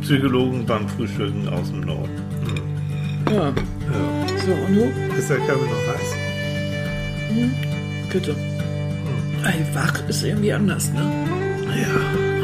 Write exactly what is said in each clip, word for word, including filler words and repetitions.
Psychologen beim Frühstücken aus dem Norden. Hm. Ja. Ja. So, und du? Ist der Kaffee noch heiß? Hm. Bitte. Hm. Ey, wach ist irgendwie anders, ne? Ja.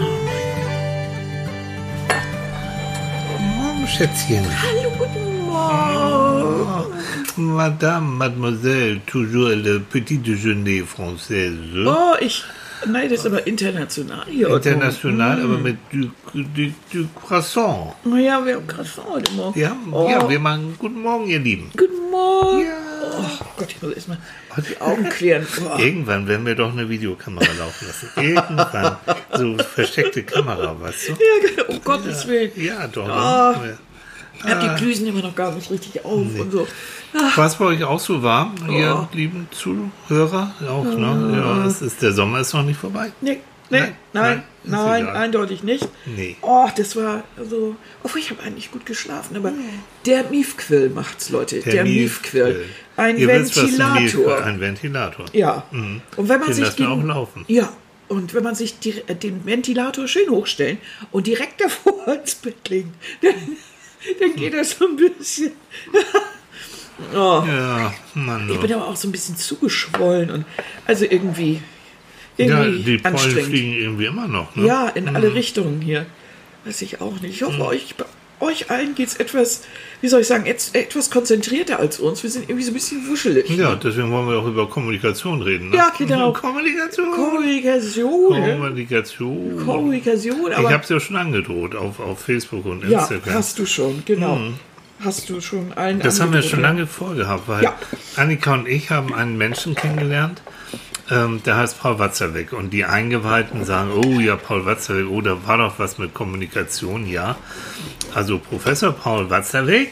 Oh, Schätzchen. Hallo, guten Morgen. Oh, Madame, Mademoiselle, toujours le petit déjeuner française. Oh, ich... Nein, das ist aber international hier. International, mm. aber mit du, du, du Croissant. Ja, wir haben Croissant heute Morgen. Ja, oh. ja, wir machen Guten Morgen, ihr Lieben. Guten Morgen. Ja. Oh Gott, ich muss erstmal die Augen klären. Oh. Irgendwann werden wir doch eine Videokamera laufen lassen. Irgendwann. So versteckte Kamera, weißt du? Ja, um Gottes Willen. Ja, doch. Oh. Ja. Ich habe die Düsen immer noch gar nicht richtig auf nee. und so. Ach. Was bei euch auch so war, oh. ihr lieben Zuhörer, auch, oh. ne? Ja, es ist, der Sommer ist noch nicht vorbei. Nee, nee, nein, nein, nein, nein eindeutig nicht. Nee. Oh, das war so, oh, ich habe eigentlich gut geschlafen, aber der Miefquill macht's, Leute, der, der Miefquill. Ein ihr Ventilator. Wisst, was ein, ein Ventilator. Ja. Mhm. Und wenn man den sich lassen den, auch laufen. Ja. Und wenn man sich die, den Ventilator schön hochstellen und direkt davor ins Bett legen, dann, dann geht das so ein bisschen. Oh. Ja, Mann. Ich bin aber auch so ein bisschen zugeschwollen und also irgendwie, irgendwie ja, die Pollen anstrengend. fliegen irgendwie immer noch, ne? Ja, in mhm. alle Richtungen hier. Weiß ich auch nicht. Ich hoffe, mhm. euch, bei euch allen geht es etwas, wie soll ich sagen, et, etwas konzentrierter als uns. Wir sind irgendwie so ein bisschen wuschelig. Ja, deswegen wollen wir auch über Kommunikation reden. Ne? Ja, genau. Kommunikation. Kommunikation. Kommunikation. Kommunikation. Aber ich habe es ja schon angedroht auf, auf Facebook und ja, Instagram. Ja, hast du schon, genau. Mhm. Hast du schon einen Das haben wir schon lange vorgehabt, weil ja. Annika und ich haben einen Menschen kennengelernt, ähm, der heißt Paul Watzlawick. Und die Eingeweihten sagen, oh ja, Paul Watzlawick, oh, da war doch was mit Kommunikation, ja. Also Professor Paul Watzlawick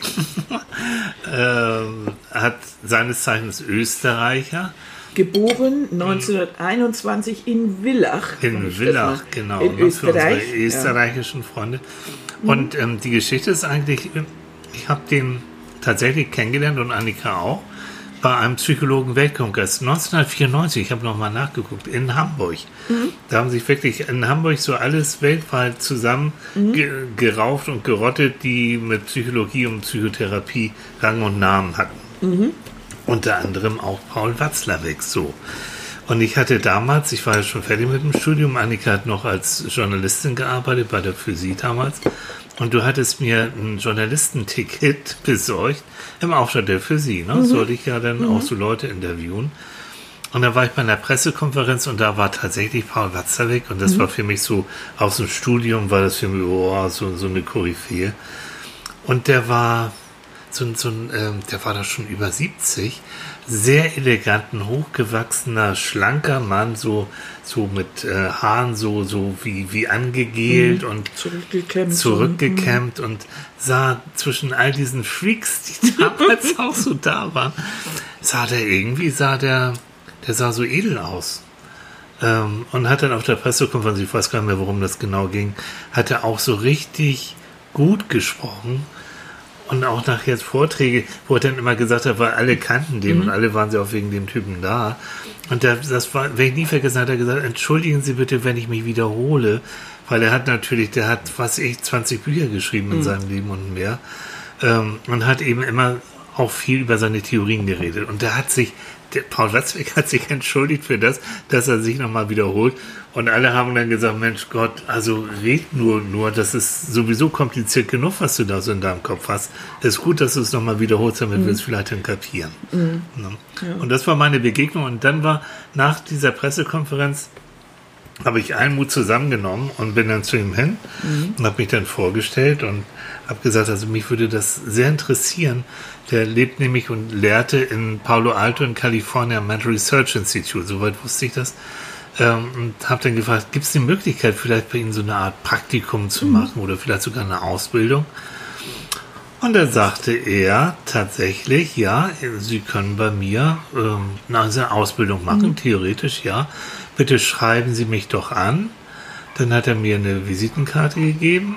ähm, hat seines Zeichens Österreicher. Geboren neunzehnhunderteinundzwanzig in Villach. In Villach, genau. In ne, für unsere Österreich. österreichischen ja. Freunde. Und ähm, die Geschichte ist eigentlich, ich habe den tatsächlich kennengelernt und Annika auch, bei einem Psychologen-Weltkongress neunzehnhundertvierundneunzig, ich habe nochmal nachgeguckt, in Hamburg. Mhm. Da haben sich wirklich in Hamburg so alles weltweit zusammen mhm. ge gerauft und gerottet, die mit Psychologie und Psychotherapie Rang und Namen hatten. Mhm. Unter anderem auch Paul Watzlawick so. Und ich hatte damals, ich war ja schon fertig mit dem Studium, Annika hat noch als Journalistin gearbeitet, bei der Physik damals. Und du hattest mir ein Journalistenticket besorgt im Auftrag der Physik. Ne? Mhm. Sollte ich ja dann mhm. auch so Leute interviewen. Und da war ich bei einer Pressekonferenz und da war tatsächlich Paul Watzlawick. Und das mhm. war für mich so, aus dem Studium war das für mich oh, so, so eine Koryphäe. Und der war... So, so ein, ähm, der war da schon über siebzig, sehr eleganten, hochgewachsener, schlanker Mann, so, so mit äh, Haaren so, so wie, wie angegelt mhm. und zurückgekämmt, zurückgekämmt und, und sah zwischen all diesen Freaks, die damals auch so da waren, sah der irgendwie, sah der, der sah so edel aus. Ähm, und hat dann auf der Pressekonferenz, ich weiß gar nicht mehr, worum das genau ging, hat er auch so richtig gut gesprochen. Und auch nach jetzt Vorträge, wo er dann immer gesagt hat, weil alle kannten den mhm. und alle waren sie auch wegen dem Typen da. Und der, das war, wenn ich nie vergessen, hat er gesagt, entschuldigen Sie bitte, wenn ich mich wiederhole, weil er hat natürlich, der hat, was ich, zwanzig Bücher geschrieben in mhm. seinem Leben und mehr. Ähm, und hat eben immer auch viel über seine Theorien geredet. Und der hat sich, der Paul Watzlawick hat sich entschuldigt für das, dass er sich nochmal wiederholt. Und alle haben dann gesagt, Mensch Gott, also red nur, nur, das ist sowieso kompliziert genug, was du da so in deinem Kopf hast. Es ist gut, dass du es nochmal wiederholst, damit mhm. wir es vielleicht dann kapieren. Mhm. Ja. Und das war meine Begegnung. Und dann war nach dieser Pressekonferenz, habe ich allen Mut zusammengenommen und bin dann zu ihm hin mhm. und habe mich dann vorgestellt und habe gesagt, also mich würde das sehr interessieren. Der lebt nämlich und lehrte in Palo Alto in Kalifornien am Mental Research Institute, soweit wusste ich das. Ähm, und habe dann gefragt, gibt es die Möglichkeit, vielleicht bei Ihnen so eine Art Praktikum zu mhm. machen oder vielleicht sogar eine Ausbildung? Und da sagte er tatsächlich, ja, Sie können bei mir ähm, eine Ausbildung machen, mhm. theoretisch, ja. Bitte schreiben Sie mich doch an. Dann hat er mir eine Visitenkarte gegeben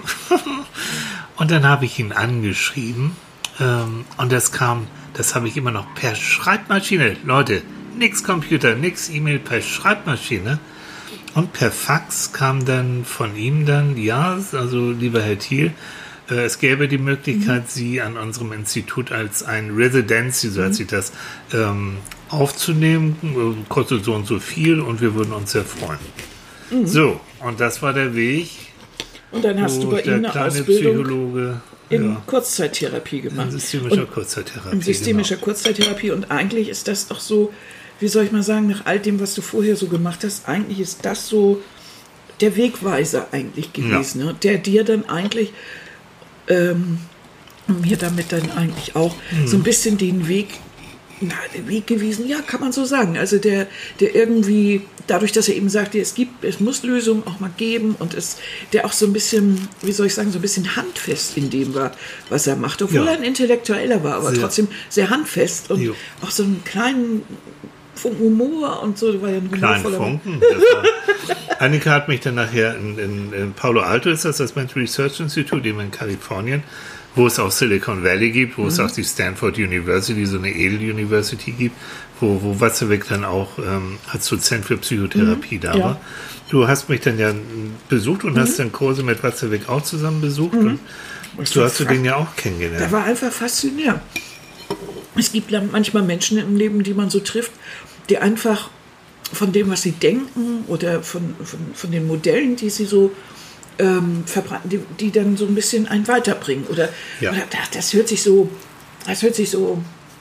und dann habe ich ihn angeschrieben ähm, und das kam, das habe ich immer noch per Schreibmaschine, Leute, nix Computer, nix E-Mail, per Schreibmaschine. Und per Fax kam dann von ihm dann, ja, also lieber Herr Thiel, äh, es gäbe die Möglichkeit, mhm. sie an unserem Institut als ein Residency, so mhm. hat sich das, ähm, aufzunehmen. Äh, kostet so und so viel und wir würden uns sehr freuen. Mhm. So, und das war der Weg. Und dann hast du bei ihm eine Ausbildung Psychologe, in ja, Kurzzeittherapie gemacht. In systemischer und Kurzzeittherapie. In systemischer genau. Kurzzeittherapie. Und eigentlich ist das auch so, wie soll ich mal sagen, nach all dem, was du vorher so gemacht hast, eigentlich ist das so der Wegweiser eigentlich gewesen, ja. ne? Der dir dann eigentlich ähm, mir damit dann eigentlich auch mhm. so ein bisschen den Weg, na, den Weg gewesen, ja, kann man so sagen. Also der, der irgendwie, dadurch, dass er eben sagte, es gibt, es muss Lösungen auch mal geben und es, der auch so ein bisschen, wie soll ich sagen, so ein bisschen handfest in dem war, was er macht, obwohl ja. er ein Intellektueller war, aber sehr. trotzdem sehr handfest und jo. auch so einen kleinen Funken Humor und so, war ja ein humorvoller Funken. Das war, Annika hat mich dann nachher in, in, in Palo Alto, ist das das Mental Research Institute, eben in Kalifornien, wo es auch Silicon Valley gibt, wo mhm. es auch die Stanford University, so eine Edel-University gibt, wo, wo Watzlawick dann auch ähm, als Dozent für Psychotherapie mhm. da ja. war. Du hast mich dann ja besucht und mhm. hast dann Kurse mit Watzlawick auch zusammen besucht mhm. und so hast du den ja auch kennengelernt. Der war einfach faszinierend. Es gibt manchmal Menschen im Leben, die man so trifft, die einfach von dem, was sie denken oder von, von, von den Modellen, die sie so ähm, verbreiten, die, die dann so ein bisschen einen weiterbringen. Oder, ja. oder das hört sich so, das hört sich so,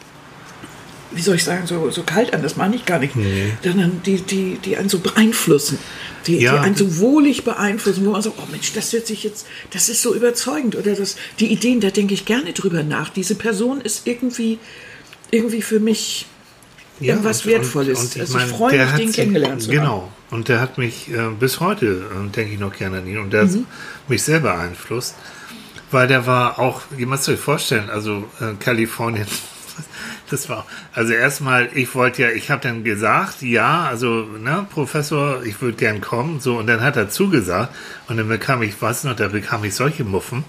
wie soll ich sagen, so, so kalt an, das meine ich gar nicht. Nee. Sondern die, die, die einen so beeinflussen. Die, ja. die einen so wohlig beeinflussen, wo man sagt, oh Mensch, das hört sich jetzt, das ist so überzeugend. Oder das, die Ideen, da denke ich gerne drüber nach. Diese Person ist irgendwie, irgendwie für mich ja, irgendwas und, Wertvolles. Und, und ich also mein, ich freue mich, den kennengelernt zu haben. Genau. Und der hat mich äh, bis heute, äh, denke ich noch gerne an ihn. Und der mhm. hat mich sehr beeinflusst. Weil der war auch, ihr müsst euch vorstellen, also äh, Kalifornien, das war, also erstmal, ich wollte ja, ich habe dann gesagt, ja, also, ne, Professor, ich würde gern kommen, so, und dann hat er zugesagt, und dann bekam ich, was noch, da bekam ich solche Muffen.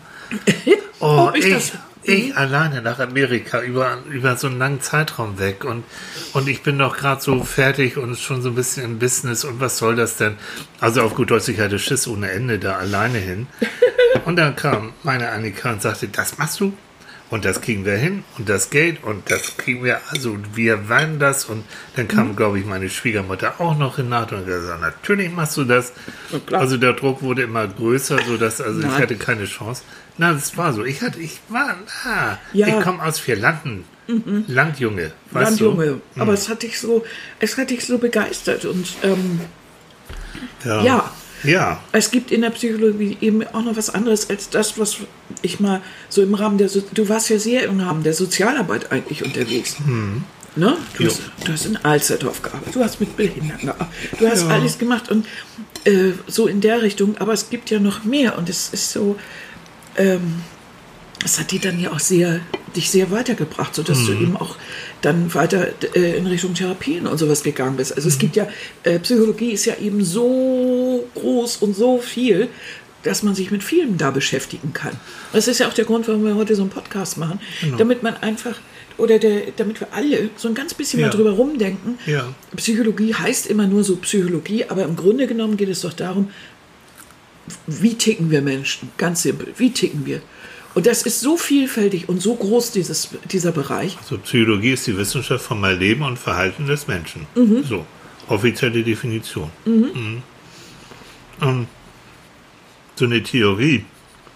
Oh, ich, ich, ich alleine nach Amerika, über, über so einen langen Zeitraum weg, und, und ich bin doch gerade so fertig und schon so ein bisschen im Business, und was soll das denn? Also auf gut Deutsch, ich hatte Schiss ohne Ende da alleine hin. Und dann kam meine Annika und sagte, das machst du? Und das kriegen wir hin und das Geld und das kriegen wir, also wir wollen das. Und dann kam, mhm. glaube ich, meine Schwiegermutter auch noch in Naht und gesagt, natürlich machst du das. Also der Druck wurde immer größer, sodass, also Nein. ich hatte keine Chance. Na, das war so. Ich hatte, ich war, ah, ja. ich komme aus Vierlanden. Mhm. Landjunge, weißt Landjunge. du? Aber mhm. es hat dich so, es hat dich so begeistert und ähm, ja. ja. Ja. Es gibt in der Psychologie eben auch noch was anderes als das, was ich mal so im Rahmen der, so- du warst ja sehr im Rahmen der Sozialarbeit eigentlich unterwegs. Hm. Ne? Du, Jo. hast, du hast in Alsterdorf gearbeitet, du hast mit Behinderten gearbeitet, du hast Ja. alles gemacht und äh, so in der Richtung, aber es gibt ja noch mehr und es ist so, ähm, es hat die dann ja auch sehr, dich sehr weitergebracht, sodass Mhm. du eben auch dann weiter äh, in Richtung Therapien und sowas gegangen bist. Also es gibt ja, äh, Psychologie ist ja eben so groß und so viel, dass man sich mit vielem da beschäftigen kann. Das ist ja auch der Grund, warum wir heute so einen Podcast machen, Genau. damit man einfach, oder der, damit wir alle so ein ganz bisschen Ja. mal drüber rumdenken. Ja. Psychologie heißt immer nur so Psychologie, aber im Grunde genommen geht es doch darum, wie ticken wir Menschen? Ganz simpel, wie ticken wir? Und das ist so vielfältig und so groß, dieses, dieser Bereich. Also Psychologie ist die Wissenschaft vom Erleben und Verhalten des Menschen. Mhm. So, offizielle Definition. Mhm. Ähm, so eine Theorie,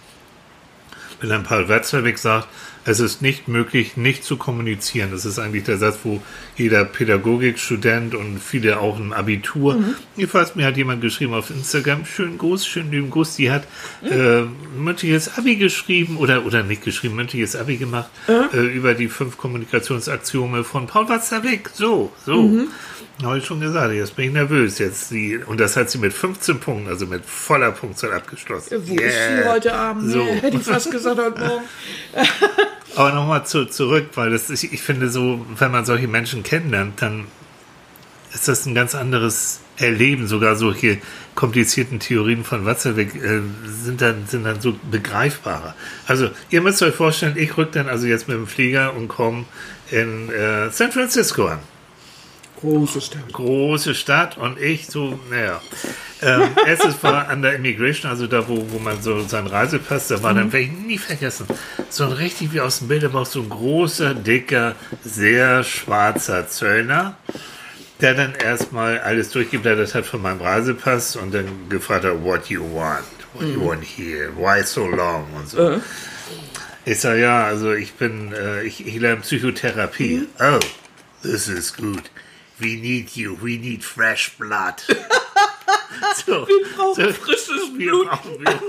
wenn ein Paul Watzlawick sagt, es ist nicht möglich, nicht zu kommunizieren. Das ist eigentlich der Satz, wo jeder Pädagogikstudent und viele auch im Abitur, mhm. jedenfalls mir hat jemand geschrieben auf Instagram, schönen Gruß, schönen lieben Gruß, die hat mhm. äh, mündliches Abi geschrieben oder, oder nicht geschrieben, mündliches Abi gemacht mhm. äh, über die fünf Kommunikationsaxiome von Paul Watzlawick. So, so. Mhm. Habe ich schon gesagt, jetzt bin ich nervös. Jetzt die, und das hat sie mit fünfzehn Punkten, also mit voller Punktzahl abgeschlossen. Wo yeah. ist sie heute Abend? So. Hätte ich fast gesagt heute Morgen. Aber nochmal zu, zurück, weil das, ich, ich finde so, wenn man solche Menschen kennenlernt, dann ist das ein ganz anderes Erleben. Sogar solche komplizierten Theorien von Watzlawick äh, sind, dann, sind dann so begreifbarer. Also ihr müsst euch vorstellen, ich rück dann also jetzt mit dem Flieger und komme in äh, San Francisco an. Große Stadt. Große Stadt und ich so, naja. Ähm, erstes war an der Immigration, also da, wo, wo man so seinen Reisepass, da war mhm. dann, werde ich nie vergessen, so ein richtig wie aus dem Bilderbuch, so ein großer, dicker, sehr schwarzer Zöllner, der dann erstmal alles durchgeblättert hat von meinem Reisepass und dann gefragt hat, what you want, what mhm. you want here, why so long und so. Mhm. Ich sage, ja, also ich bin, äh, ich, ich lerne Psychotherapie. Mhm. Oh, this is good. We need you, we need fresh blood. So, wir brauchen so, frisches wir Blut. brauchen wir.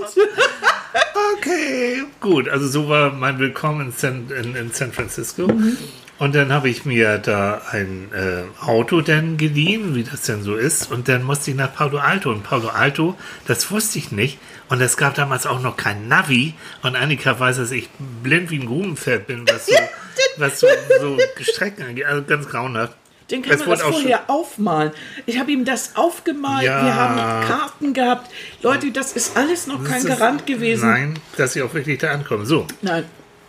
Okay, gut. Also so war mein Willkommen in San, in, in San Francisco. Mhm. Und dann habe ich mir da ein äh, Auto dann geliehen, wie das denn so ist. Und dann musste ich nach Palo Alto. Und Palo Alto, das wusste ich nicht. Und es gab damals auch noch kein Navi. Und Annika weiß, dass ich blind wie ein Grubenpferd bin, was so, was so, so Strecken angeht. Also ganz grauenhaft. Den kann man das vorher aufmalen. Ich habe ihm das aufgemalt. Ja. Wir haben Karten gehabt. Leute, das ist alles noch kein Das Garant ist, gewesen. Nein, dass sie auch wirklich da ankommen. So. Nein.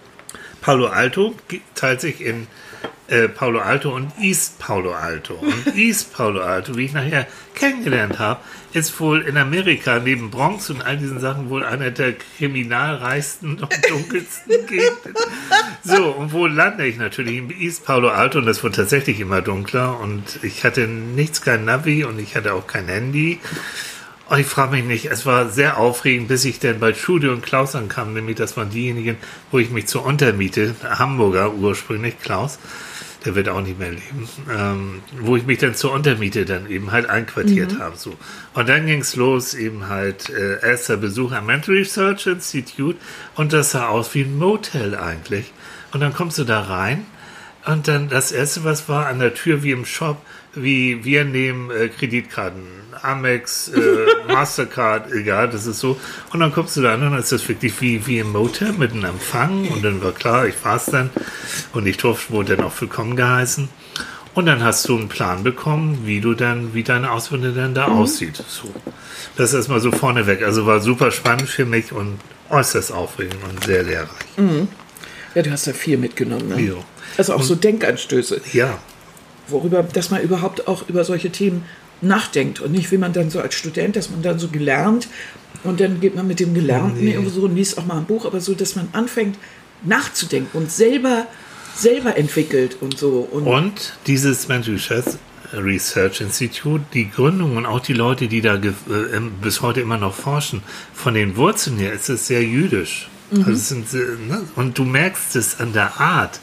Palo Alto teilt sich in äh, Palo Alto und East Palo Alto. Und East Palo Alto, wie ich nachher kennengelernt habe, ist wohl in Amerika neben Bronx und all diesen Sachen wohl einer der kriminalreichsten und dunkelsten Gegenden. So, und wo lande ich natürlich? In East Palo Alto und das wurde tatsächlich immer dunkler und ich hatte nichts, kein Navi und ich hatte auch kein Handy. Und ich frage mich nicht, es war sehr aufregend, bis ich dann bei Trudy und Klaus ankam, nämlich das waren diejenigen, wo ich mich zur Untermiete, Hamburger ursprünglich, Klaus, der wird auch nicht mehr leben, ähm, wo ich mich dann zur Untermiete dann eben halt einquartiert mhm. habe. So. Und dann ging es los, eben halt äh, erster Besuch am Mental Research Institute und das sah aus wie ein Motel eigentlich. Und dann kommst du da rein und dann das erste, was war an der Tür wie im Shop, wie wir nehmen äh, Kreditkarten, Amex, äh, Mastercard, egal, das ist so. Und dann kommst du da an und dann ist das wirklich wie, wie im Motel mit einem Empfang. Und dann war klar, ich war es dann. Und ich durfte, wurde dann auch willkommen geheißen. Und dann hast du einen Plan bekommen, wie du dann, wie deine Ausbildung dann da mhm. aussieht. So. Das ist erstmal so vorneweg. Also war super spannend für mich und äußerst aufregend und sehr lehrreich. Mhm. Ja, du hast da viel mitgenommen, ne? Ja. Also auch und, so Denkanstöße. Ja. Worüber, dass man überhaupt auch über solche Themen nachdenkt und nicht, wie man dann so als Student, dass man dann so gelernt und dann geht man mit dem Gelernten nee. so und liest auch mal ein Buch, aber so, dass man anfängt nachzudenken und selber, selber entwickelt und so. Und, und dieses Mental Research Institute, die Gründung und auch die Leute, die da ge- äh, bis heute immer noch forschen, von den Wurzeln her ist es sehr jüdisch. Mhm. Also es sind, ne? Und du merkst es an der Art,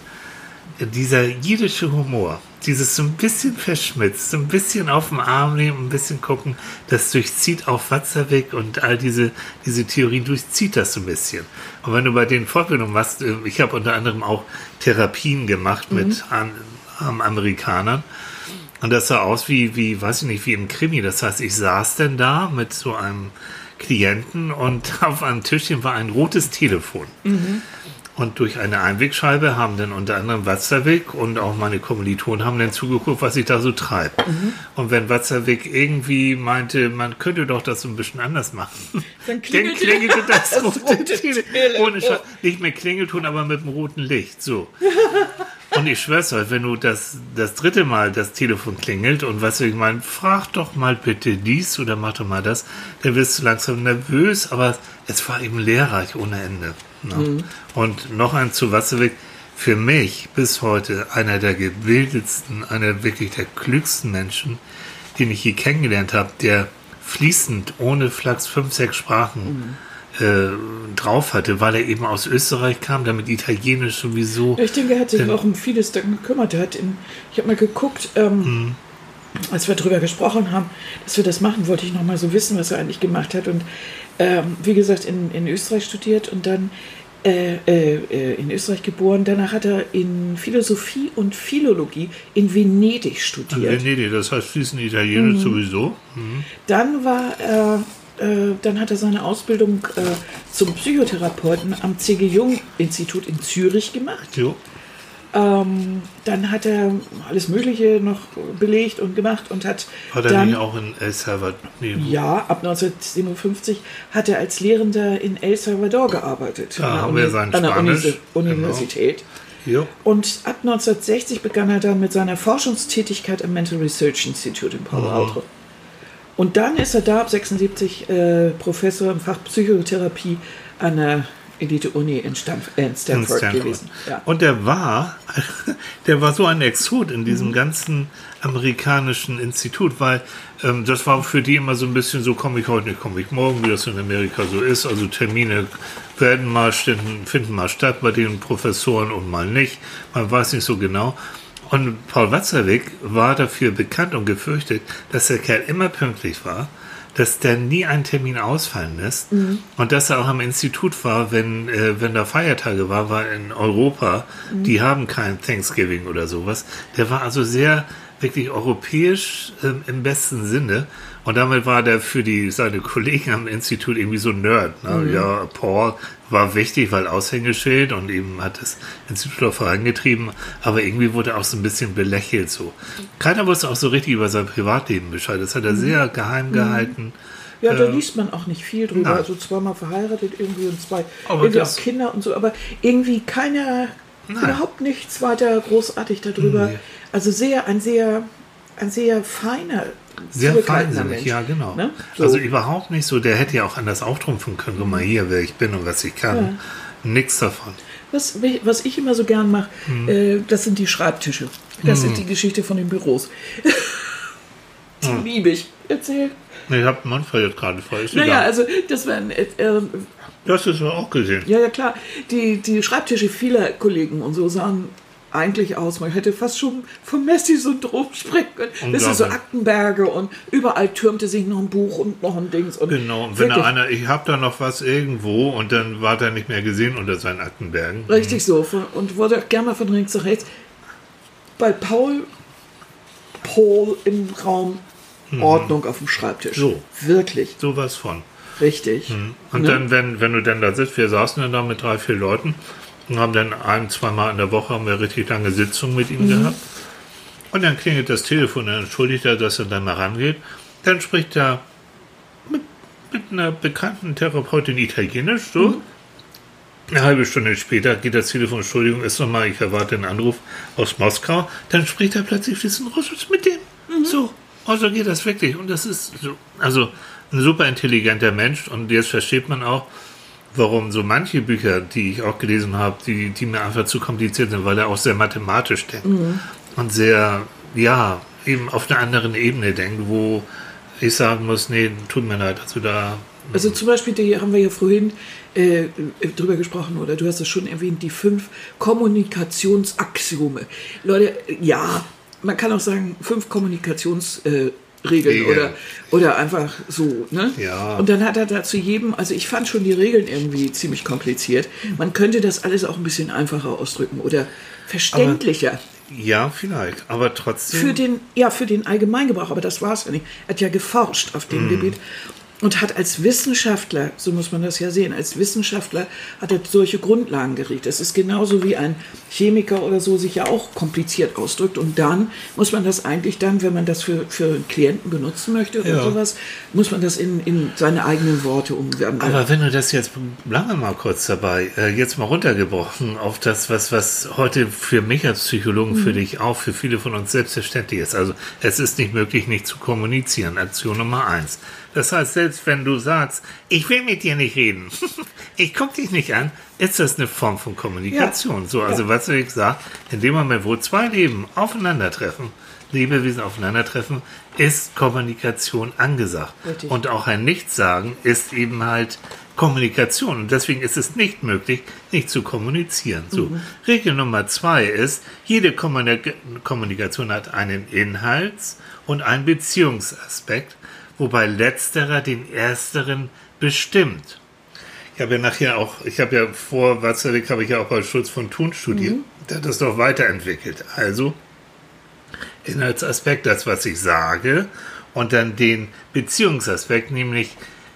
dieser jüdische Humor, dieses so ein bisschen verschmitzt, so ein bisschen auf den Arm nehmen, ein bisschen gucken, das durchzieht auch Watzlawick und all diese, diese Theorien durchzieht das so ein bisschen. Und wenn du bei den Fortbildungen machst, ich habe unter anderem auch Therapien gemacht mit mhm. an, an Amerikanern und das sah aus wie, wie, weiß ich nicht, wie im Krimi. Das heißt, ich saß denn da mit so einem Klienten und auf einem Tischchen war ein rotes Telefon. Mhm. Und durch eine Einwegscheibe haben dann unter anderem Watzlawick und auch meine Kommilitonen haben dann zugeguckt, was ich da so treibe. Mhm. Und wenn Watzlawick irgendwie meinte, man könnte doch das so ein bisschen anders machen, dann klingelte, dann klingelte das, das rote, rote Telefon. Ohne Scha- nicht mehr Klingelton, aber mit dem roten Licht. So. Und ich schwör's euch, wenn du das, das dritte Mal das Telefon klingelt und was ich meine, frag doch mal bitte dies oder mach doch mal das, dann wirst du langsam nervös, aber es war eben lehrreich ohne Ende. Ne? Mhm. Und noch ein zu Watzlawick, für mich bis heute einer der gebildetsten, einer wirklich der klügsten Menschen, den ich je kennengelernt habe, der fließend, ohne Flachs, fünf, sechs Sprachen mhm. äh, drauf hatte, weil er eben aus Österreich kam, damit Italienisch sowieso. Ich denke, er hat sich auch um vieles dann gekümmert. Er hat in, ich habe mal geguckt, ähm, mhm. als wir darüber gesprochen haben, dass wir das machen, wollte ich noch mal so wissen, was er eigentlich gemacht hat. Und ähm, wie gesagt, in, in Österreich studiert und dann äh, äh, in Österreich geboren. Danach hat er in Philosophie und Philologie in Venedig studiert. In Venedig, das heißt fließend Italienisch mhm. sowieso. Mhm. Dann war er, äh, dann hat er seine Ausbildung äh, zum Psychotherapeuten am C G Jung Institut in Zürich gemacht. Jo. Ähm, dann hat er alles Mögliche noch belegt und gemacht und hat War er nicht auch in El Salvador? Nee, ja, ab neunzehnhundertsiebenundfünfzig hat er als Lehrender in El Salvador gearbeitet. Da haben wir seinen An der Spanisch. Uni- Universität. Jo. Und ab neunzehnhundertsechzig begann er dann mit seiner Forschungstätigkeit am Mental Research Institute in Palo Alto. Und dann ist er da ab sechsundsiebzig äh, Professor im Fach Psychotherapie an der Elite-Uni in, Stanf- äh, in Stanford, In Stanford. gewesen. Ja. Und der war, der war so ein Exot in diesem mhm. ganzen amerikanischen Institut, weil ähm, das war für die immer so ein bisschen so, komme ich heute nicht, komme ich morgen, wie das in Amerika so ist. Also Termine werden mal finden, finden mal statt bei den Professoren und mal nicht. Man weiß nicht so genau. Und Paul Watzlawick war dafür bekannt und gefürchtet, dass der Kerl immer pünktlich war, dass der nie einen Termin ausfallen lässt mhm. und dass er auch am Institut war, wenn, äh, wenn da Feiertage war, war in Europa, mhm. die haben kein Thanksgiving oder sowas. Der war also sehr wirklich europäisch ähm, im besten Sinne und damit war der für die seine Kollegen am Institut irgendwie so ein Nerd. Ne? Mhm. Ja, Paul war wichtig, weil Aushängeschild und eben hat das Institut auch vorangetrieben, aber irgendwie wurde er auch so ein bisschen belächelt so. Keiner wusste auch so richtig über sein Privatleben Bescheid. Das hat er mhm. sehr geheim gehalten. Ja, da äh, liest man auch nicht viel drüber. Nein. Also zweimal verheiratet irgendwie und zwei aber irgendwie das, auch Kinder und so, aber irgendwie keiner, nein. überhaupt nichts weiter großartig darüber. Nee. Also sehr, ein sehr, ein sehr feiner, sehr feinsinnig, ja genau. Ne? So. Also überhaupt nicht so, der hätte ja auch anders auftrumpfen können, guck mal hier, wer ich bin und was ich kann. Ja. Nix davon. Was, was ich immer so gern mache, hm. äh, das sind die Schreibtische. Das hm. ist die Geschichte von den Büros. Die hm. liebe ich. Erzähl. Ich habe Manfred jetzt gerade vor. Ist naja, also das waren... Äh, äh, das hast du auch gesehen. Ja, ja, klar. Die, die Schreibtische vieler Kollegen und so sahen eigentlich aus. Man hätte fast schon vom Messi-Syndrom sprechen können. Das sind so Aktenberge und überall türmte sich noch ein Buch und noch ein Dings. Und genau, und wenn da einer, ich habe da noch was irgendwo und dann war der nicht mehr gesehen unter seinen Aktenbergen. Richtig mhm. so. Und wurde auch gerne mal von links nach rechts. Bei Paul, Paul im Raum mhm. Ordnung auf dem Schreibtisch. So. Wirklich. Sowas von. Richtig. Mhm. Und ne? dann, wenn, wenn du dann da sitzt, wir saßen dann da mit drei, vier Leuten und haben dann ein, zweimal in der Woche haben wir richtig lange Sitzungen mit ihm mhm. gehabt. Und dann klingelt das Telefon, dann entschuldigt er, dass er dann mal rangeht. Dann spricht er mit, mit einer bekannten Therapeutin Italienisch, so. Mhm. Eine halbe Stunde später geht das Telefon, Entschuldigung, ist nochmal, ich erwarte einen Anruf aus Moskau. Dann spricht er plötzlich fließend Russisch mit dem. Mhm. So, also geht das wirklich. Und das ist so, also ein super intelligenter Mensch. Und jetzt versteht man auch, warum so manche Bücher, die ich auch gelesen habe, die, die mir einfach zu kompliziert sind, weil er auch sehr mathematisch denkt mhm. und sehr, ja, eben auf einer anderen Ebene denkt, wo ich sagen muss, nee, tut mir leid, dass du da... Also zum Beispiel, die haben wir ja vorhin äh, drüber gesprochen, oder du hast es schon erwähnt, die fünf Kommunikationsaxiome. Leute, ja, man kann auch sagen, fünf Kommunikations... Äh, Regeln oder, oder einfach so, ne? Ja. Und dann hat er da zu jedem, also ich fand schon die Regeln irgendwie ziemlich kompliziert. Man könnte das alles auch ein bisschen einfacher ausdrücken oder verständlicher. Aber, ja, vielleicht, aber trotzdem. Für den, ja, für den Allgemeingebrauch, aber das war es ja nicht. Er hat ja geforscht auf dem mm. Gebiet und hat als Wissenschaftler, so muss man das ja sehen, als Wissenschaftler hat er solche Grundlagen gerichtet. Das ist genauso wie ein Chemiker oder so sich ja auch kompliziert ausdrückt. Und dann muss man das eigentlich dann, wenn man das für, für einen Klienten benutzen möchte oder ja. sowas, muss man das in, in seine eigenen Worte umwerfen. Aber wenn du das jetzt, bleiben wir mal kurz dabei, äh, jetzt mal runtergebrochen auf das, was, was heute für mich als Psychologen, mhm. für dich auch, für viele von uns selbstverständlich ist. Also es ist nicht möglich, nicht zu kommunizieren. Aktion Nummer eins. Das heißt, selbst wenn du sagst, ich will mit dir nicht reden, ich gucke dich nicht an, ist das eine Form von Kommunikation. Ja. So, also ja. was soll ich sagen, in dem Moment, wo zwei Leben aufeinandertreffen, Lebewesen aufeinandertreffen, ist Kommunikation angesagt. Richtig. Und auch ein Nichtsagen ist eben halt Kommunikation. Und deswegen ist es nicht möglich, nicht zu kommunizieren. So. Mhm. Regel Nummer zwei ist, jede Kommunik- Kommunikation hat einen Inhalts- und einen Beziehungsaspekt, wobei letzterer den ersteren bestimmt. Ich habe ja nachher auch, ich habe ja vor Watzlawick habe ich ja auch bei Schulz von Thun studiert, mhm. der hat das doch weiterentwickelt. Also Inhaltsaspekt, das, was ich sage, und dann den Beziehungsaspekt, nämlich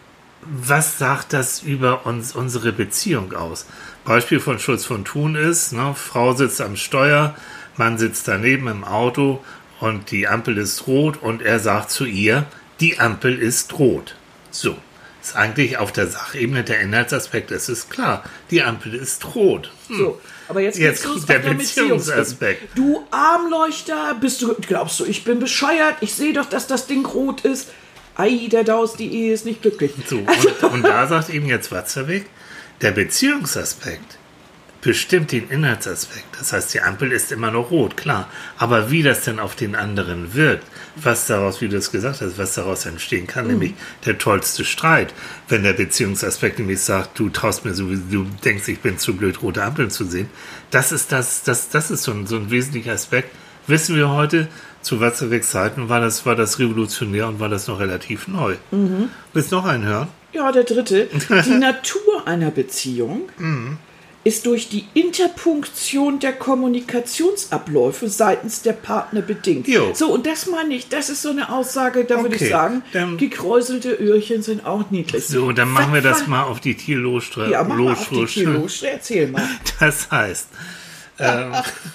was sagt das über uns, unsere Beziehung aus? Beispiel von Schulz von Thun ist, ne, Frau sitzt am Steuer, Mann sitzt daneben im Auto und die Ampel ist rot und er sagt zu ihr, die Ampel ist rot. So, ist eigentlich auf der Sachebene der Inhaltsaspekt. Es ist klar, die Ampel ist rot. Hm. So, aber jetzt, Jetzt geht's los kommt der auf der Beziehungsaspekt. Du Armleuchter, bist du, glaubst du, ich bin bescheuert? Ich sehe doch, dass das Ding rot ist. Ei, der Daus, die Ehe ist nicht glücklich. So, und, und da sagt eben jetzt Watzlawick, der Beziehungsaspekt bestimmt den Inhaltsaspekt. Das heißt, die Ampel ist immer noch rot, klar. Aber wie das denn auf den anderen wirkt, was daraus, wie du es gesagt hast, was daraus entstehen kann, mhm. nämlich der tollste Streit, wenn der Beziehungsaspekt nämlich sagt, du traust mir sowieso, du denkst, ich bin zu blöd, rote Ampeln zu sehen. Das ist das, das, das ist so ein, so ein wesentlicher Aspekt. Wissen wir heute, zu Watzlawicks Zeiten war das, war das revolutionär und war das noch relativ neu. Mhm. Willst du noch einen hören? Ja, der dritte. Die Natur einer Beziehung mhm. ist durch die Interpunktion der Kommunikationsabläufe seitens der Partner bedingt. Jo. So, und das meine ich, das ist so eine Aussage, da okay. würde ich sagen, dann, gekräuselte Öhrchen sind auch niedlich. So, dann machen wir das mal auf die Tierlostre. Ja, mach mal auf die Tierlostre, erzähl mal. Das heißt, ähm,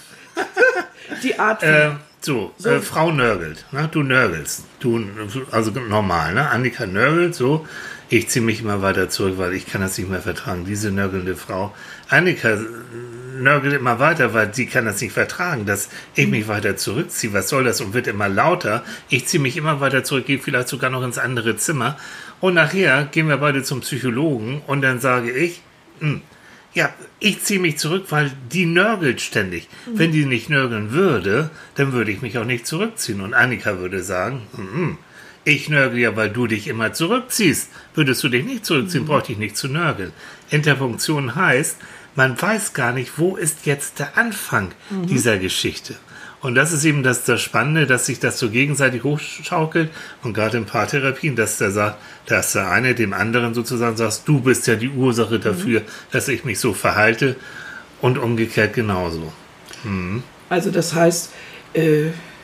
die Art von... Äh, so, so. Äh, Frau nörgelt, ne? Du nörgelst. Du, also normal, ne? Annika nörgelt, so. Ich ziehe mich immer weiter zurück, weil ich kann das nicht mehr vertragen. Diese nörgelnde Frau. Annika nörgelt immer weiter, weil sie kann das nicht vertragen, dass ich mich weiter zurückziehe. Was soll das? Und wird immer lauter. Ich ziehe mich immer weiter zurück, gehe vielleicht sogar noch ins andere Zimmer. Und nachher gehen wir beide zum Psychologen und dann sage ich, mh, ja, ich ziehe mich zurück, weil die nörgelt ständig. Mhm. Wenn die nicht nörgeln würde, dann würde ich mich auch nicht zurückziehen. Und Annika würde sagen, mm, ich nörgel ja, weil du dich immer zurückziehst. Würdest du dich nicht zurückziehen, mhm. brauchte ich nicht zu nörgeln. Interpunktion heißt, man weiß gar nicht, wo ist jetzt der Anfang mhm. dieser Geschichte. Und das ist eben das, das Spannende, dass sich das so gegenseitig hochschaukelt und gerade in Paartherapien, dass der sagt, dass der eine dem anderen sozusagen sagt, du bist ja die Ursache dafür, mhm. dass ich mich so verhalte und umgekehrt genauso. Mhm. Also das heißt, äh,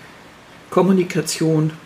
Kommunikation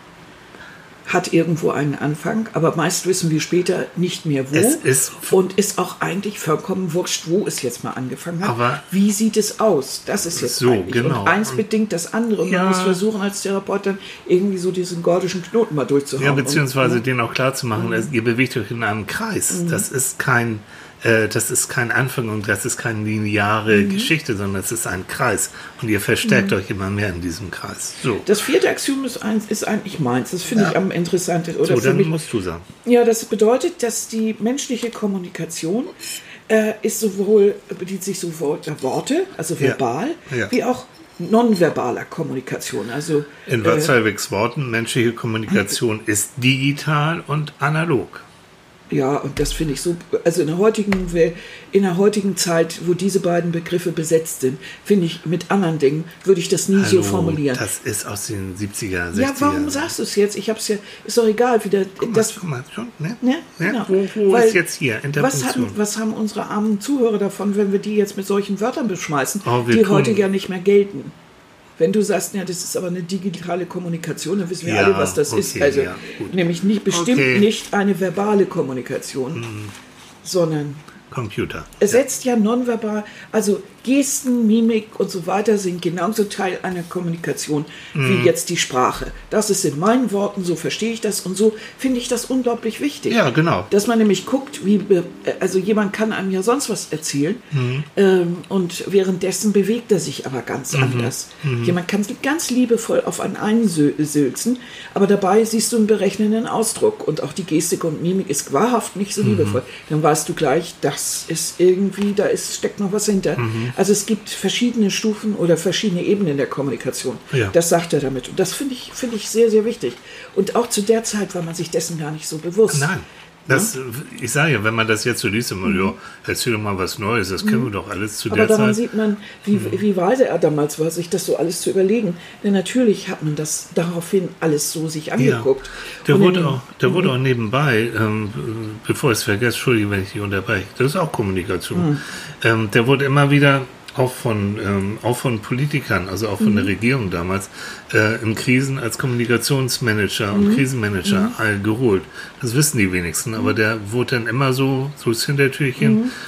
hat irgendwo einen Anfang, aber meist wissen wir später nicht mehr wo. Es ist und ist auch eigentlich vollkommen wurscht, wo es jetzt mal angefangen hat. Aber wie sieht es aus? Das ist jetzt so, eigentlich. Genau. Und eins bedingt das andere. Und ja. man muss versuchen, als Therapeut dann irgendwie so diesen gordischen Knoten mal durchzuhauen. Ja, beziehungsweise und, den auch klar zu machen, mhm. ihr bewegt euch in einem Kreis. Mhm. Das ist kein äh, das ist kein Anfang und das ist keine lineare mhm. Geschichte, sondern es ist ein Kreis. Und ihr verstärkt mhm. euch immer mehr in diesem Kreis. So. Das vierte Axiom ist, eins, ist eigentlich meins. Das finde ja. ich am interessantesten. Oder so, dann mich, musst du sagen. Ja, das bedeutet, dass die menschliche Kommunikation äh, ist sowohl, bedient sich sowohl der Worte, also verbal, ja. Ja. wie auch nonverbaler Kommunikation. Also, in Watzlawicks äh, Worten, menschliche Kommunikation äh, ist digital und analog. Ja, und das finde ich so, also in der heutigen in der heutigen Zeit, wo diese beiden Begriffe besetzt sind, finde ich, mit anderen Dingen würde ich das nie Hallo, so formulieren. Das ist aus den siebziger, sechziger. Ja, warum sagst du es jetzt? Ich habe es ja, ist doch egal, wie der, guck mal, das, guck mal, schon, ne? Ja, ja, genau. Wo, wo Weil, ist jetzt hier was haben, was haben unsere armen Zuhörer davon, wenn wir die jetzt mit solchen Wörtern beschmeißen, oh, die tun. heute ja nicht mehr gelten? Wenn du sagst, ja, das ist aber eine digitale Kommunikation, dann wissen wir ja, alle, was das okay, ist. Also ja, nämlich nicht bestimmt okay. nicht eine verbale Kommunikation, mhm. sondern Computer. Ersetzt ja. ja nonverbal, also Gesten, Mimik und so weiter sind genauso Teil einer Kommunikation mm. wie jetzt die Sprache. Das ist in meinen Worten, so verstehe ich das und so finde ich das unglaublich wichtig. Ja, genau. Dass man nämlich guckt, wie, also jemand kann einem ja sonst was erzählen mm. ähm, und währenddessen bewegt er sich aber ganz mm-hmm. anders. Mm-hmm. Jemand kann ganz liebevoll auf einen einsülzen, aber dabei siehst du einen berechnenden Ausdruck und auch die Gestik und Mimik ist wahrhaft nicht so mm-hmm. liebevoll. Dann weißt du gleich, das ist irgendwie, da ist, steckt noch was hinter. Mm-hmm. Also es gibt verschiedene Stufen oder verschiedene Ebenen der Kommunikation. Ja. Das sagt er damit. Und das finde ich, finde ich sehr, sehr wichtig. Und auch zu der Zeit war man sich dessen gar nicht so bewusst. Nein. Das, ja? Ich sage ja, wenn man das jetzt so liest, immer, mhm. ja, erzähl doch mal was Neues, das kennen mhm. wir doch alles zu Aber der Zeit. Aber daran sieht man, wie, mhm. wie weise er damals war, sich das so alles zu überlegen. Denn natürlich hat man das daraufhin alles so sich angeguckt. Ja. Der, wurde auch, der mhm. wurde auch nebenbei, ähm, bevor ich es vergesse, Entschuldige, wenn ich dich unterbreche, das ist auch Kommunikation. Mhm. Ähm, der wurde immer wieder auch von, ähm, auch von Politikern, also auch von mhm. der Regierung damals, äh, in Krisen als Kommunikationsmanager mhm. und Krisenmanager mhm. geholt. Das wissen die wenigsten, aber der wurde dann immer so, so das Hintertürchen. Mhm.